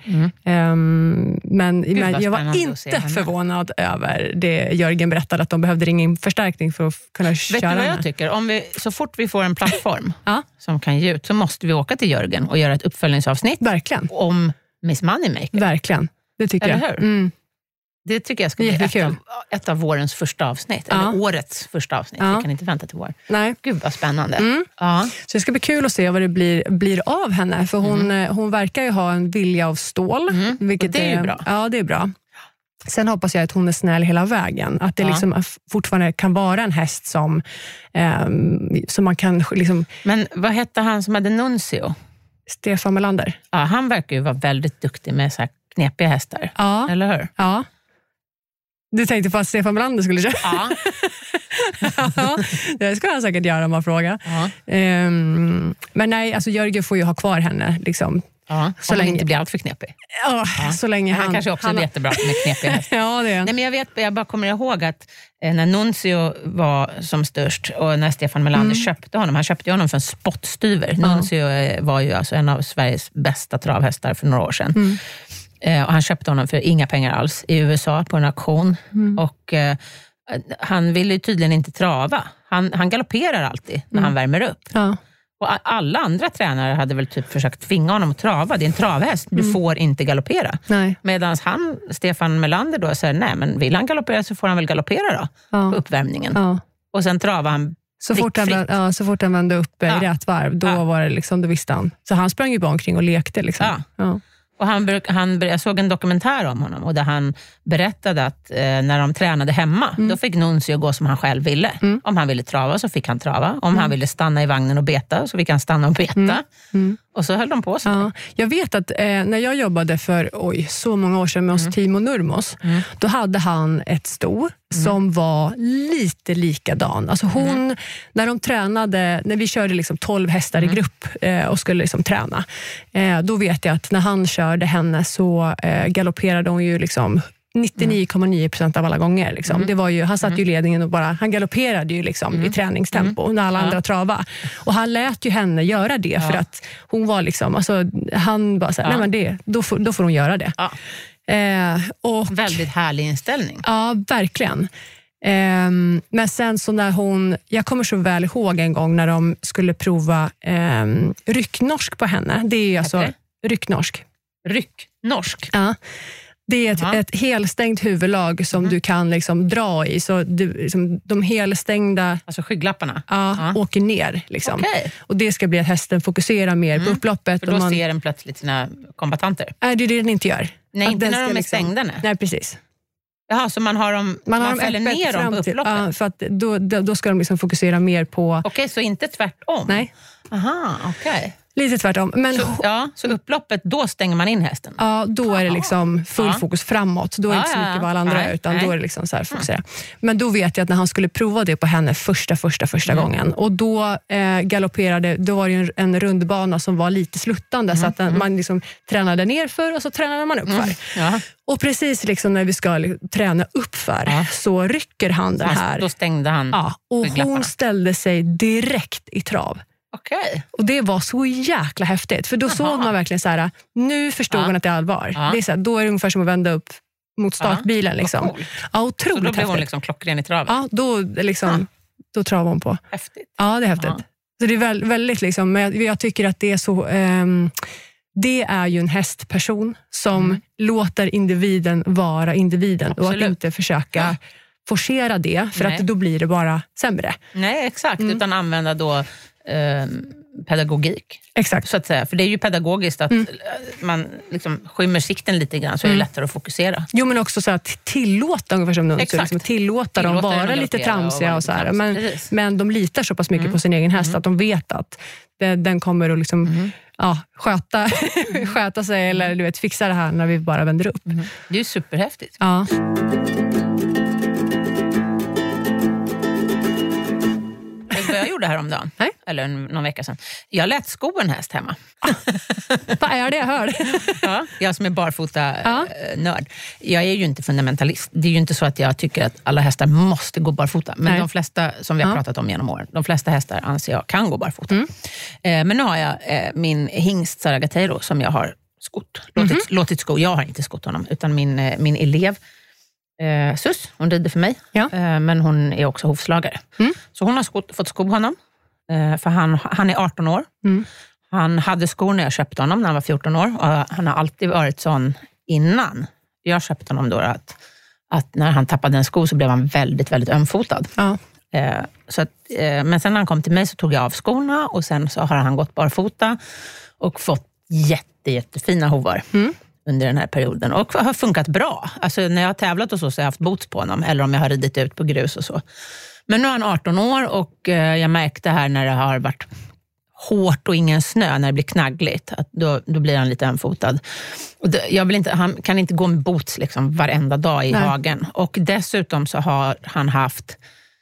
Men jag var inte förvånad över det Jörgen berättade. Att de behövde ringa in förstärkning för att kunna köra. Vet du vad jag tycker? Så fort vi får en plattform som kan ge ut, så måste vi åka till Jörgen och göra ett uppföljningsavsnitt. Verkligen. Om Miss Moneymaker. Verkligen, det tycker jag. Hur? Det tycker jag ska bli ett av vårens första avsnitt. Eller årets första avsnitt. Vi kan inte vänta till vår. Nej. Gud vad spännande. Så det ska bli kul att se vad det blir av henne. För hon verkar ju ha en vilja av stål. Vilket det är ju bra. Ja, det är bra. Sen hoppas jag att hon är snäll hela vägen. Att det liksom fortfarande kan vara en häst som man kan... Liksom... Men vad hette han som hade Nuncio? Stefan Melander. Ja, han verkar ju vara väldigt duktig med så här knepiga hästar. Ja. Eller hur? Ja. Du tänkte på att Stefan Melander skulle köra? Ja. Ja, det skulle han säkert göra om man frågar. Men nej, alltså Jörgen får ju ha kvar henne liksom. Ja, så länge inte blir allt för knepig. Så länge han kanske också är jättebra med knepiga hästar. Ja, det är. Nej, men jag bara kommer ihåg att när Nuncio var som störst och när Stefan Melander köpte honom, han köpte honom för en spottstyver. Nuncio var ju alltså en av Sveriges bästa travhästar för några år sedan. Och han köpte honom för inga pengar alls i USA på en auktion. Och han ville ju tydligen inte trava. Han galopperar alltid när han värmer upp. Och alla andra tränare hade väl typ försökt tvinga honom att trava. Det är en travhäst, du får inte galoppera. Medan Stefan Melander då säger, nej men vill han galoppera så får han väl galoppera då på uppvärmningen. Och sen travar han så fort han vände upp i rätt varv, då var det liksom, då visste han. Så han sprang ju bara omkring och lekte liksom. Och jag såg en dokumentär om honom och där han berättade att när de tränade hemma, då fick Nuncio gå som han själv ville. Om han ville trava så fick han trava. Om han ville stanna i vagnen och beta så fick han stanna och beta. Och så höll de på sig. Ja, jag vet att när jag jobbade för så många år sedan med oss Timo Nurmos, då hade han ett sto som var lite likadan. Alltså när de tränade, när vi körde liksom 12 hästar i grupp och skulle liksom träna, då vet jag att när han körde henne så galopperade hon ju liksom 99,9% av alla gånger. Liksom. Det var ju, han satt ju i ledningen och han galopperade ju liksom i träningstempo när alla andra trava. Och han lät ju henne göra det för att hon var liksom, alltså, han bara såhär, nej men då får hon göra det. Och, väldigt härlig inställning. Ja, verkligen. Men sen så när jag kommer så väl ihåg en gång när de skulle prova rycknorsk på henne. Det är alltså rycknorsk. Rycknorsk? Ja. Det är ett helstängt huvudlag som du kan liksom dra i. Så liksom, de helstängda... Alltså skygglapparna? Åker ner. Liksom. Och det ska bli att hästen fokuserar mer på upploppet. För då ser den plötsligt sina kombatanter? Nej, det är det den inte gör. Nej, inte när de är stängda. Nej, precis. Jaha, så man fäller ner dem på upploppet? Ja, för att då ska de liksom fokusera mer på... Okej, så inte tvärtom? Nej. Aha, okej. Lite tvärtom. Men så upploppet, då stänger man in hästen? Ja, då är det liksom full fokus framåt. Då är det inte så mycket vad alla andra är, utan då är det liksom så här fokusera. Men då vet jag att när han skulle prova det på henne första gången, och då galopperade, då var det ju en rundbana som var lite sluttande, så att man liksom tränade nerför och så tränade man uppför. Och precis liksom när vi ska träna uppför så rycker han det här. Då stängde han. Ja, och hon ställde sig direkt i trav. Okay. Och det var så jäkla häftigt. För då såg man verkligen så här, nu förstod hon att det är allvar. Det är så här, då är det ungefär som att vända upp mot startbilen. Liksom. Ja, otroligt så då blev häftigt. hon liksom klockren i traven? Ja, då travar hon på. Häftigt. Ja, det är häftigt. Så det är väldigt liksom, men jag tycker att det är så... det är ju en hästperson som låter individen vara individen. Absolut. Och att inte försöka forcera det, för att då blir det bara sämre. Nej, exakt. Utan använda då pedagogik. Exakt. Så att säga. För det är ju pedagogiskt att man liksom skymmer sikten lite grann, så är det lättare att fokusera. Jo, men också så att tillåta, ungefär som någon, liksom, tillåta dem vara lite tramsiga och så här. Men de litar så pass mycket på sin egen häst att de vet att den kommer att liksom, sköta sig eller du vet, fixa det här när vi bara vänder upp. Det är ju superhäftigt. Ja. Vad jag gjorde häromdagen? Nej. Eller någon vecka sedan. Jag lät sko en häst hemma. Vad är det jag hör? Ja, jag som är barfota-nörd. Jag är ju inte fundamentalist. Det är ju inte så att jag tycker att alla hästar måste gå barfota. Men de flesta, som vi har pratat om genom åren, de flesta hästar anser jag kan gå barfota. Men nu har jag min hingst Saragateiro som jag har skott. Låtit sko. Jag har inte skott honom, utan min elev Sus, hon rider för mig. Ja. Men hon är också hovslagare. Så hon har fått sko honom. För han är 18 år. Han hade skor när jag köpte honom när han var 14 år. Och han har alltid varit sån innan jag köpte honom då att när han tappade en sko så blev han väldigt, väldigt ömfotad. Ja. Men sen när han kom till mig så tog jag av skorna och sen så har han gått barfota och fått jättefina hovar under den här perioden och har funkat bra. Alltså när jag har tävlat och så har jag haft boots på honom eller om jag har ridit ut på grus och så. Men nu är han 18 år och jag märkte här när det har varit hårt och ingen snö, när det blir knaggligt, att då blir han lite ömfotad. Och han kan inte gå med boots liksom varenda dag i hagen. Och dessutom så har han haft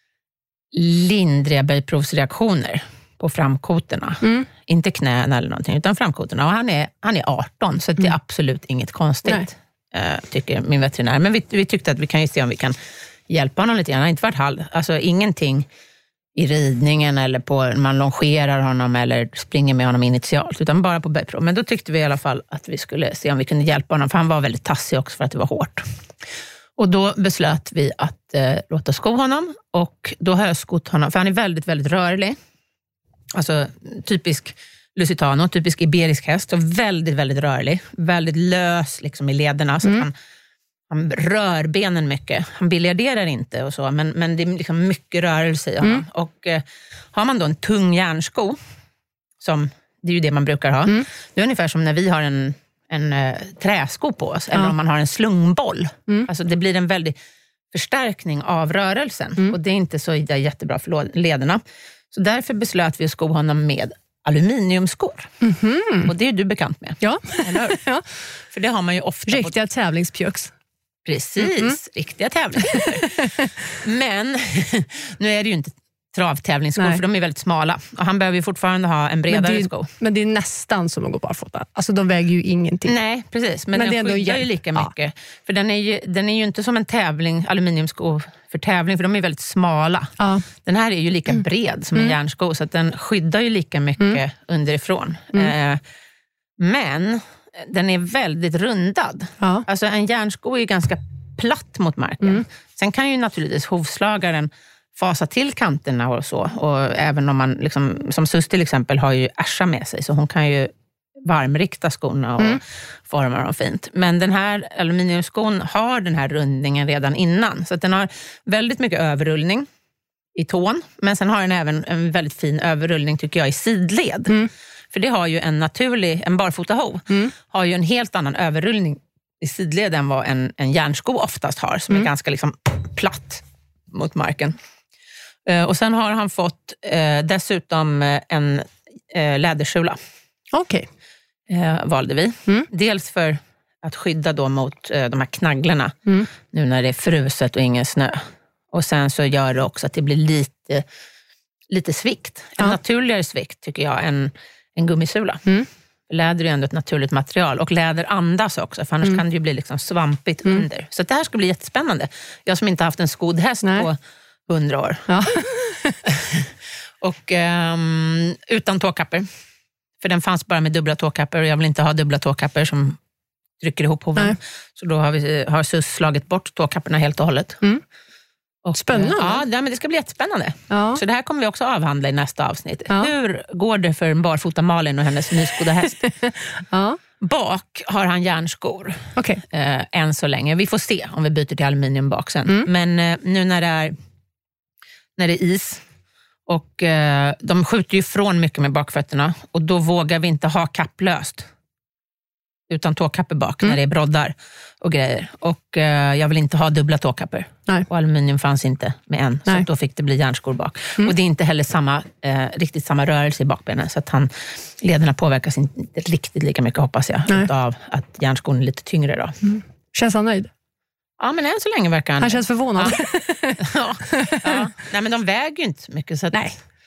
lindriga böjprovsreaktioner på framkotorna. Inte knäna eller någonting, utan framkotorna. Och han är 18, så det är absolut inget konstigt, tycker min veterinär. Men vi tyckte att vi kan ju se om vi kan hjälpa honom lite grann. Han har inte varit alltså ingenting i ridningen eller på man longerar honom eller springer med honom initialt, utan bara på böjprov. Men då tyckte vi i alla fall att vi skulle se om vi kunde hjälpa honom, för han var väldigt tassig också för att det var hårt. Och då beslöt vi att låta sko honom, och då har jag skott honom, för han är väldigt, väldigt rörlig. Alltså typisk Lusitano, typisk iberisk häst, och väldigt, väldigt rörlig. Väldigt lös liksom i lederna, så att han rör benen mycket. Han biljarderar inte och så, men det är liksom mycket rörelse i honom. Och har man då en tung järnsko, som det är ju det man brukar ha. Det är ungefär som när vi har en träsko på oss, eller om man har en slungboll. Alltså det blir en väldig förstärkning av rörelsen. Och det är inte så jättebra för lederna. Så därför beslöt vi att sko honom med aluminiumskor. Och det är du bekant med. Ja. Eller? Ja. För det har man ju ofta. Riktiga tävlingspjöks. Precis, riktiga tävlingsskor. Men nu är det ju inte travtävlingsskor, för de är väldigt smala. Och han behöver ju fortfarande ha en bredare sko. Men det är nästan som att gå barfota. Alltså de väger ju ingenting. Nej, precis. Men den skyddar ju lika mycket. För den är ju inte som en aluminiumsko för tävling, för de är väldigt smala. Den här är ju lika bred som en järnsko, så att den skyddar ju lika mycket underifrån. Men den är väldigt rundad. Alltså en järnsko är ju ganska platt mot marken. Sen kan ju naturligtvis hovslagaren fasa till kanterna och så. Och även om man, liksom, som Sus till exempel, har ju Asha med sig, så hon kan ju varmrikta skorna och forma dem fint. Men den här aluminiumskon har den här rundningen redan innan. Så att den har väldigt mycket överrullning i tån. Men sen har den även en väldigt fin överrullning, tycker jag, i sidled. För det har ju en barfotahov har ju en helt annan överrullning i sidled än vad en järnsko oftast har, som är ganska liksom platt mot marken. Och sen har han fått dessutom en läderskjula. Okej. Valde vi. Dels för att skydda då mot de här knagglarna nu när det är fruset och ingen snö. Och sen så gör det också att det blir lite svikt. En naturligare svikt, tycker jag, än en gummisula. Läder är ändå ett naturligt material, och läder andas också, för annars kan det ju bli liksom svampigt under. Så det här ska bli jättespännande. Jag som inte haft en skodd häst på 100 år. Och utan tåkappor. För den fanns bara med dubbla tåkappor, och jag vill inte ha dubbla tåkappor som trycker ihop hoven. Så då har Sus slagit bort tåkapporna helt och hållet. Och, spännande. Ja, men det ska bli jättespännande. Så det här kommer vi också avhandla i nästa avsnitt. Hur går det för en barfota Malin och hennes nyskodda häst? Bak har han järnskor. Än så länge. Vi får se om vi byter till aluminium bak sen. Men nu när det är is, och de skjuter ju från mycket med bakfötterna, och då vågar vi inte ha kapplöst utan tåkappor bak när det är broddar och grejer. Och jag vill inte ha dubbla tåkappor. Och aluminium fanns inte med en. Så då fick det bli järnskor bak. Och det är inte heller riktigt samma rörelse i bakbenen. Så att lederna påverkas inte riktigt lika mycket, hoppas jag. Av att järnskon är lite tyngre då. Känns han nöjd? Ja, men än så länge verkar han... Han känns förvånad. Nej, men de väger ju inte så mycket. Så att...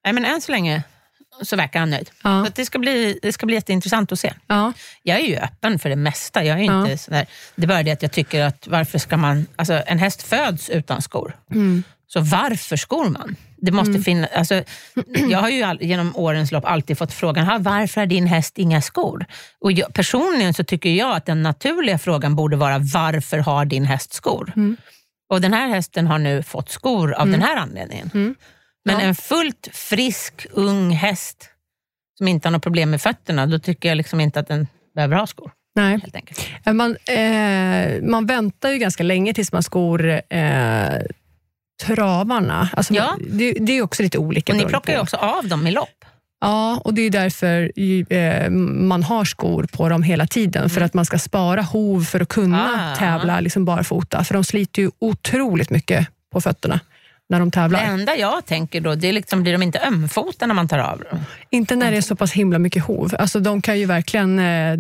Nej, men än så länge så verkar han nöjd. Ja. Så att det ska bli jätteintressant att se. Ja. Jag är ju öppen för det mesta. Jag är inte sådär, det är bara det att jag tycker att varför ska man... Alltså en häst föds utan skor. Så varför skor man? Det måste finnas... Alltså, jag har ju genom årens lopp alltid fått frågan, varför har din häst inga skor? Och personligen så tycker jag att den naturliga frågan borde vara, varför har din häst skor? Och den här hästen har nu fått skor av den här anledningen. Men en fullt frisk, ung häst som inte har något problem med fötterna, då tycker jag liksom inte att den behöver ha skor. Nej. Helt enkelt. Man väntar ju ganska länge tills man skor travarna. Alltså, det är också lite olika. Och ni plockar ju också av dem i lopp. Ja, och det är därför man har skor på dem hela tiden. För att man ska spara hov för att kunna tävla liksom barfota. För de sliter ju otroligt mycket på fötterna när de tävlar. Det enda jag tänker då, det är liksom, blir de inte ömfota när man tar av dem? Inte när det är så pass himla mycket hov. Alltså de kan ju verkligen...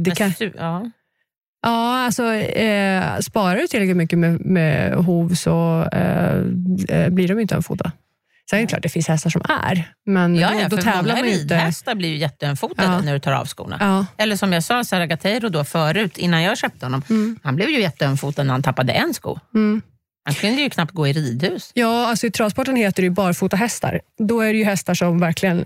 Ja, alltså sparar du tillräckligt mycket med hov så blir de inte ömfota. Sen är det klart, det finns hästar som är. Men då tävlar man inte. Hästar blir ju jätteömfotade när du tar av skorna. Ja. Eller som jag sa, Saragateiro då förut, innan jag köpte honom. Han blev ju jätteömfotad när han tappade en sko. Han kunde ju knappt gå i ridhus. Ja, alltså i travsporten heter det ju barfota hästar. Då är det ju hästar som verkligen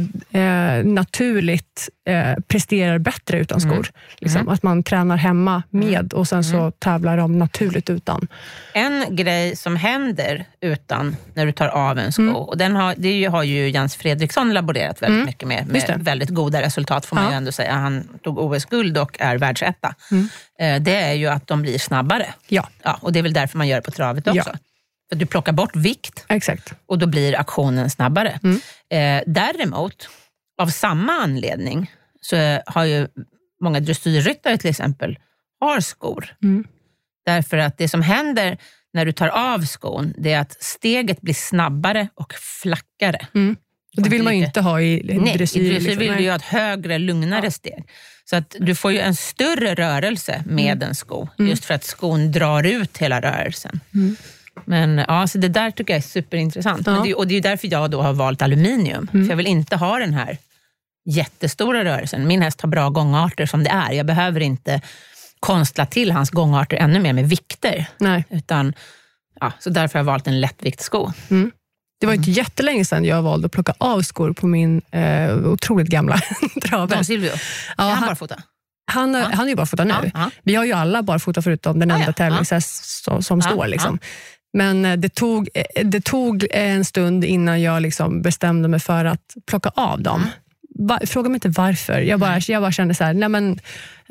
naturligt presterar bättre utan skor. Liksom. Att man tränar hemma med och sen så tävlar de naturligt utan. En grej som händer utan när du tar av en sko, och det har ju Jens Fredriksson laborerat väldigt mycket med väldigt goda resultat får man ju ändå säga. Han tog OS-guld och är världsetta. Det är ju att de blir snabbare. Ja, och det är väl därför man gör det på travet också. Ja. För du plockar bort vikt. Exakt. Och då blir aktionen snabbare. Däremot, av samma anledning så har ju många dressyrryttare till exempel har skor. Därför att det som händer när du tar av skon, det är att steget blir snabbare och flackare. Och det vill man ju inte ha i dressyr. I dressyr vill du ju ha ett högre, lugnare steg. Så att du får ju en större rörelse med en sko. Just för att skon drar ut hela rörelsen. Men så det där tycker jag är superintressant. Men det är ju därför jag då har valt aluminium. För jag vill inte ha den här jättestora rörelsen. Min häst har bra gångarter som det är. Jag behöver inte konstla till hans gångarter ännu mer med vikter. Nej. Utan, så därför har jag valt en lättviktsko. Det var inte jättelänge sedan jag valde att plocka av skor på min otroligt gamla traver. Don Silvio, är han barfota? Han är ju barfota nu. Vi har ju alla barfota förutom den enda tävlingshäst som står. Liksom. Men det tog en stund innan jag liksom bestämde mig för att plocka av dem. Fråga mig inte varför. Jag bara kände så här, nej men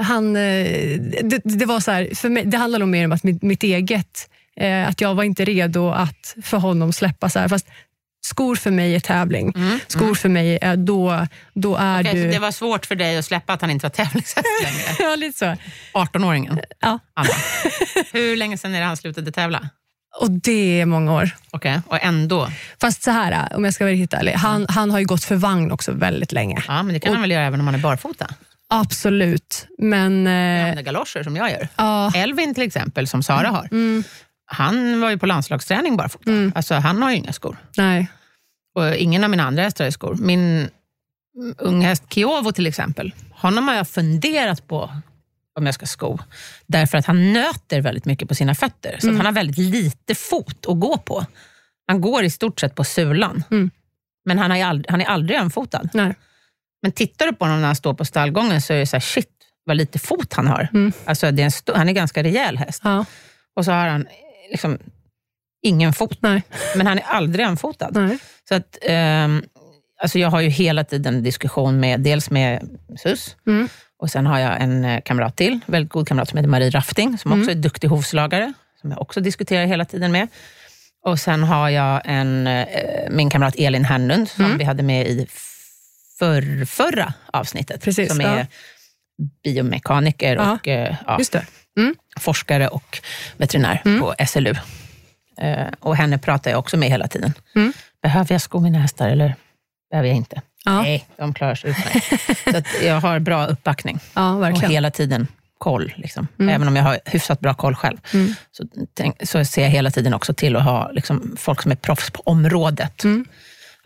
det var så här, för mig, det handlar nog mer om att mitt eget, att jag var inte redo att för honom släppa så här, fast skor för mig är tävling. Skor för mig är då är okay, du... Så det var svårt för dig att släppa att han inte var tävlingshäst längre? Ja, lite så. 18-åringen? Ja. Hur länge sedan är det han slutade tävla? Och det är många år. Okej, och ändå? Fast så här, om jag ska vara riktigt ärlig. Han har ju gått för vagn också väldigt länge. Ja, men det kan han väl göra även om man är barfota? Absolut, men... Jag använder galoscher som jag gör. Elvin till exempel, som Sara har. Han var ju på landslagsträning barfota. Alltså han har ju inga skor. Nej. Och ingen av mina andra hästar har skor. Min unghäst Kiovo till exempel. Honom har jag funderat på om jag ska sko. Därför att han nöter väldigt mycket på sina fötter. Så att han har väldigt lite fot att gå på. Han går i stort sett på sulan. Men han är aldrig ömfotad. Nej. Men tittar du på honom när han står på stallgången så är det så här, shit, vad lite fot han har. Alltså han är ganska rejäl häst. Ja. Och så har han liksom ingen fot. Nej. Men han är aldrig ömfotad. Nej. Så att alltså jag har ju hela tiden diskussion dels med Sus. Och sen har jag en kamrat till, väldigt god kamrat som heter Marie Rafting, som också är duktig hovslagare, som jag också diskuterar hela tiden med. Och sen har jag min kamrat Elin Hernlund som vi hade med i förra avsnittet. Precis, som är biomekaniker och just det. Forskare och veterinär på SLU. Och henne pratar jag också med hela tiden. Behöver jag sko mina hästar eller behöver jag inte? Nej, de klarar sig ut mig. Så att jag har bra uppbackning. Ja, verkligen. Och hela tiden koll. Liksom. Även om jag har hyfsat bra koll själv. Så ser jag hela tiden också till att ha liksom, folk som är proffs på området.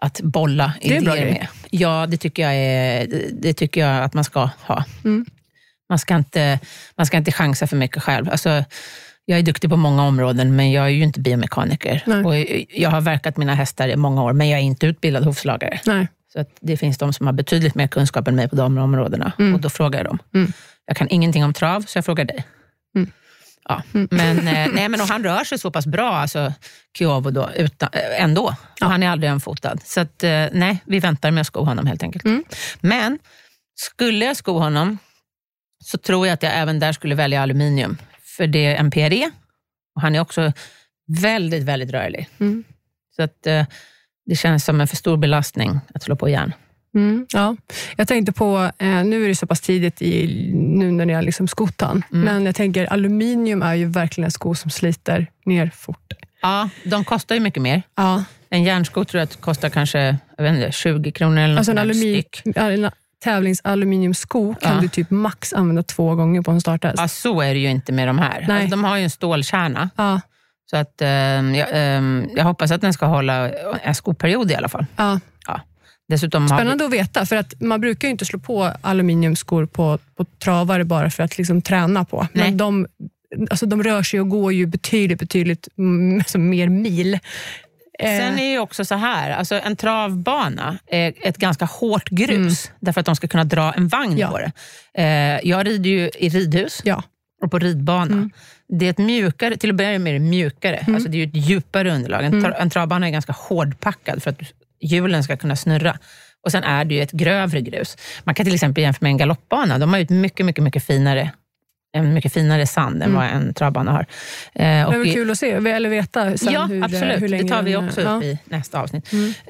att bolla idéer med. Ja, det tycker jag att man ska ha. Man ska inte chansa för mycket själv. Alltså, jag är duktig på många områden, men jag är ju inte biomekaniker. Nej. Och jag har verkat mina hästar i många år, men jag är inte utbildad hovslagare. Nej. Så att det finns de som har betydligt mer kunskap än mig på de områdena. Och då frågar jag dem. Jag kan ingenting om trav, så jag frågar dig. Ja. Men och han rör sig så pass bra, alltså Kiovo då, ändå. Och han är aldrig enfotad. Så att, vi väntar med att sko honom helt enkelt. Men skulle jag sko honom, så tror jag att jag även där skulle välja aluminium. För det är en PRE. Och han är också väldigt, väldigt rörlig. Så att det känns som en för stor belastning att slå på järn. Ja, jag tänkte på, nu är det så pass tidigt nu när jag liksom skotan. Men jag tänker, aluminium är ju verkligen en sko som sliter ner fort. Ja, de kostar ju mycket mer. Ja. En järnsko tror jag att kostar kanske 20 kronor eller något. Alltså en tävlingsaluminiumsko kan du typ max använda 2 gånger på en starthäst. Ja, så är det ju inte med de här. Alltså, de har ju en stålkärna. Ja. Så att jag hoppas att den ska hålla en skoperiod i alla fall. Ja. Dessutom spännande att veta, för att man brukar ju inte slå på aluminiumskor på travare bara för att liksom träna på. Men de rör sig och går ju betydligt mer mil. Sen är det ju också så här, alltså en travbana är ett ganska hårt grus därför att de ska kunna dra en vagn på det. Jag rider ju i ridhus och på ridbana. Det är ett mjukare, till att börja med mjukare. Alltså det är ju ett djupare underlag. En travbana är ganska hårdpackad för att hjulen ska kunna snurra. Och sen är det ju ett grövre grus. Man kan till exempel jämföra med en galoppbana. De har ju ett mycket finare sand än vad en travbana har. Det är kul att se, eller veta sen absolut. Hur länge det tar vi också upp i nästa avsnitt.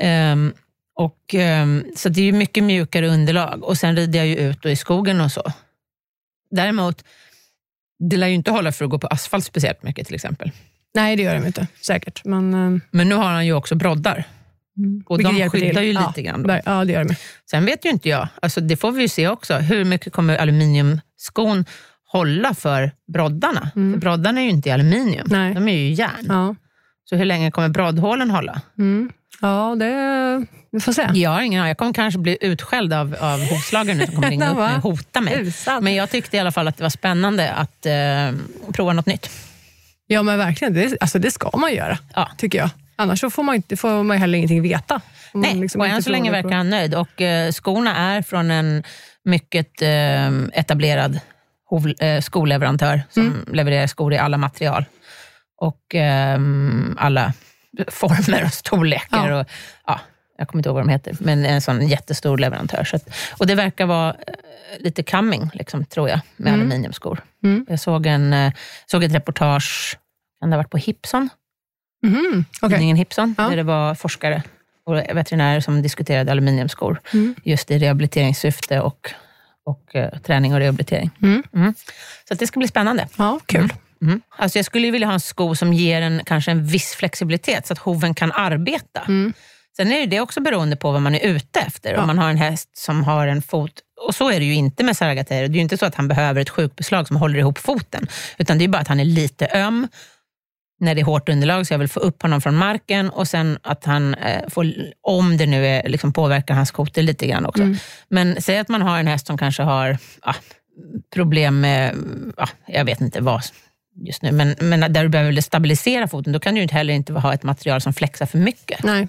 Så det är ju mycket mjukare underlag. Och sen rider jag ju ut och i skogen och så. Däremot, det lär ju inte hålla för att gå på asfalt speciellt mycket till exempel. Nej, det gör de inte, säkert. Men nu har han ju också broddar. Och de skyddar ju lite grann då. Ja, det gör de. Sen vet ju inte jag, alltså det får vi ju se också, hur mycket kommer aluminiumskon hålla för broddarna? För broddarna är ju inte i aluminium. Nej. De är ju järn. Ja. Så hur länge kommer broddhålen hålla? Ja, vi får se. Jag har ingen aning. Jag kommer kanske bli utskälld av hovslagare nu som kommer ringa upp mig och hota mig. Men jag tyckte i alla fall att det var spännande att prova något nytt. Ja, men verkligen. Det ska man göra, tycker jag. Annars så får man heller ingenting veta. Nej, liksom och än så länge verkar han nöjd. Och skorna är från en mycket etablerad skoleverantör som levererar skor i alla material. Och alla former och storlekar. Och, jag kommer inte ihåg vad de heter. Men en sån jättestor leverantör. Så att, och det verkar vara lite coming, liksom, tror jag, med aluminiumskor. Jag såg ett reportage, kan det ha varit på Hipson? Tidningen Hipson, där det var forskare och veterinärer som diskuterade aluminiumskor just i rehabiliteringssyfte och träning och rehabilitering. Så att det ska bli spännande. Ja, kul. Alltså jag skulle vilja ha en sko som ger kanske en viss flexibilitet så att hoven kan arbeta. Sen är det också beroende på vad man är ute efter. Om man har en häst som har en fot, och så är det ju inte med Saragateiro. Det är ju inte så att han behöver ett sjukbeslag som håller ihop foten, utan det är bara att han är lite öm när det är hårt underlag, så jag vill få upp honom från marken och sen att han får, om det nu är, liksom påverkar hans koter lite grann också. Men säg att man har en häst som kanske har problem med, jag vet inte vad just nu, men där du behöver stabilisera foten, då kan du ju heller inte ha ett material som flexar för mycket. Nej.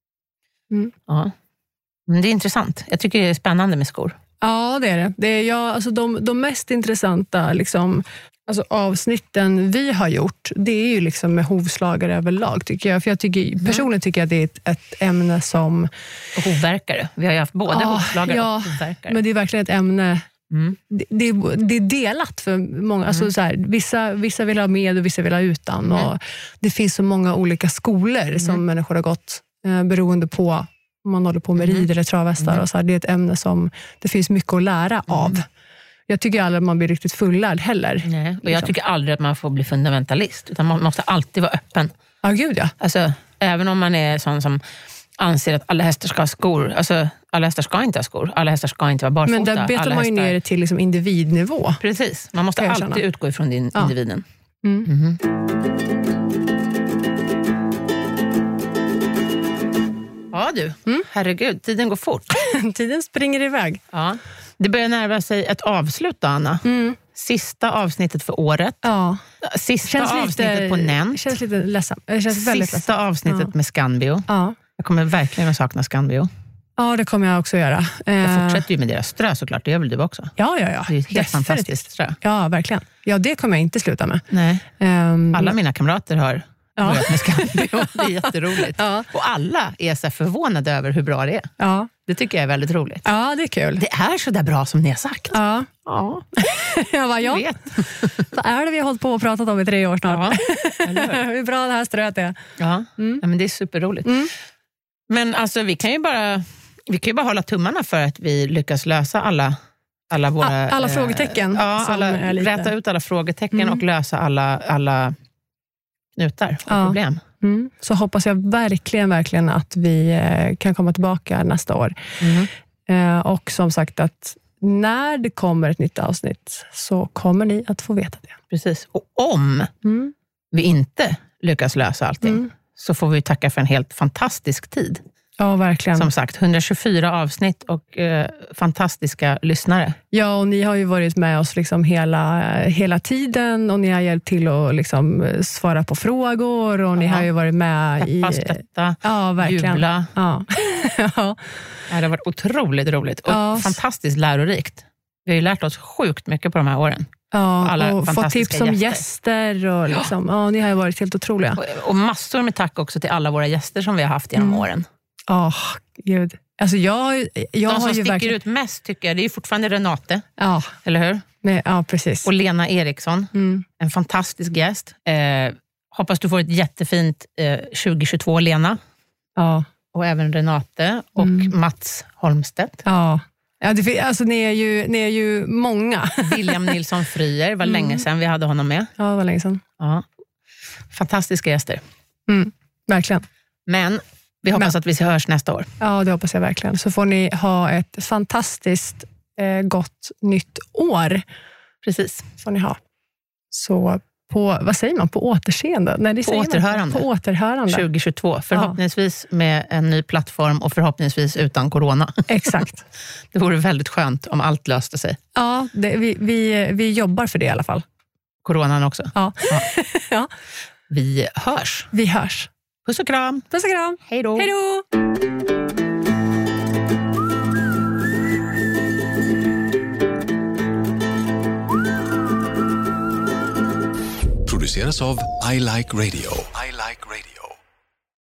Ja. Men det är intressant. Jag tycker det är spännande med skor. Ja, det är det. Det är alltså de mest intressanta liksom, alltså avsnitten vi har gjort, det är ju liksom med hovslagare överlag, tycker jag. För jag tycker, personligen tycker jag att det är ett ämne som... Och hovverkare. Vi har ju haft både hovslagare och hovverkare. Men det är verkligen ett ämne... Det är delat för många. Alltså så här, vissa vill ha med och vissa vill ha utan. Och det finns så många olika skolor som människor har gått beroende på om man håller på med rid eller travhästar. Och så här, det är ett ämne som det finns mycket att lära av. Jag tycker aldrig att man blir riktigt fullärd heller. Nej, och jag tycker aldrig att man får bli fundamentalist. Utan man måste alltid vara öppen. Ja, gud ja. Alltså, även om man är sån som anser att alla hästar ska ha skor. Alltså, alla hästar ska inte ha skor. Alla hästar ska inte vara barfota. Men där betar man ju ner det till liksom individnivå. Precis. Man måste alltid utgå ifrån individen. Ja du, herregud, tiden går fort. Tiden springer iväg. Ja. Det börjar närma sig ett avslut, Anna. Sista avsnittet för året. Ja. Sista avsnittet på Nent. Känns lite ledsamt. Sista avsnittet med Scanbio. Ja. Jag kommer verkligen att sakna Scanbio. Ja, det kommer jag också göra. Jag fortsätter ju med deras strö såklart, det gör väl du också? Ja. Det är ett helt Definitivt. fantastiskt strö. Ja, verkligen. Ja, det kommer jag inte sluta med. Nej. Alla mina kamrater har börjat med Scanbio. Det är jätteroligt. Ja. Och alla är så förvånade över hur bra det är. Ja. Det tycker jag är väldigt roligt. Ja, det är kul. Det är så där bra som ni har sagt. Ja. Ja. Jag bara, Jag vet. Vad är det vi har hållit på och pratat om i 3 år snart? Ja, eller hur? Hur bra det här ströet är. Ja, men det är superroligt. Men alltså vi kan ju bara hålla tummarna för att vi lyckas lösa alla våra... Alla frågetecken. Räta ut alla frågetecken och lösa alla knutar och problem. Så hoppas jag verkligen att vi kan komma tillbaka nästa år. Och som sagt att när det kommer ett nytt avsnitt så kommer ni att få veta det. Precis. Och om vi inte lyckas lösa allting så får vi tacka för en helt fantastisk tid. Ja, verkligen. Som sagt, 124 avsnitt och fantastiska lyssnare. Ja, och ni har ju varit med oss liksom hela tiden och ni har hjälpt till att liksom svara på frågor och ni har ju varit med stötta, verkligen. Jubla. Ja. Det har varit otroligt roligt och fantastiskt lärorikt. Vi har ju lärt oss sjukt mycket på de här åren. Ja, och fått tips om gäster och liksom, ni har ju varit helt otroliga. Och massor med tack också till alla våra gäster som vi har haft genom åren. Gud. Alltså de som sticker ut mest tycker jag, det är ju fortfarande Renate. Ja. Eller hur? Nej, ja, precis. Och Lena Eriksson, en fantastisk gäst. Hoppas du får ett jättefint 2022, Lena. Ja. Och även Renate och Mats Holmstedt. Ja. Alltså ni är ju många. William Nilsson Fryer, var länge sedan vi hade honom med. Ja, det var länge sedan. Ja. Fantastiska gäster. Verkligen. Men vi hoppas att vi hörs nästa år. Ja, det hoppas jag verkligen. Så får ni ha ett fantastiskt gott nytt år. Precis. Får ni ha. Så vad säger man? På återseende? Nej, det på återhörande. På återhörande. 2022. Förhoppningsvis med en ny plattform och förhoppningsvis utan corona. Exakt. Det vore väldigt skönt om allt löste sig. Ja, vi jobbar för det i alla fall. Coronan också. Ja. Ja. Vi hörs. Vi hörs. Puss och kram. Puss och kram. Hej då. Hej då. Produceras av I Like Radio.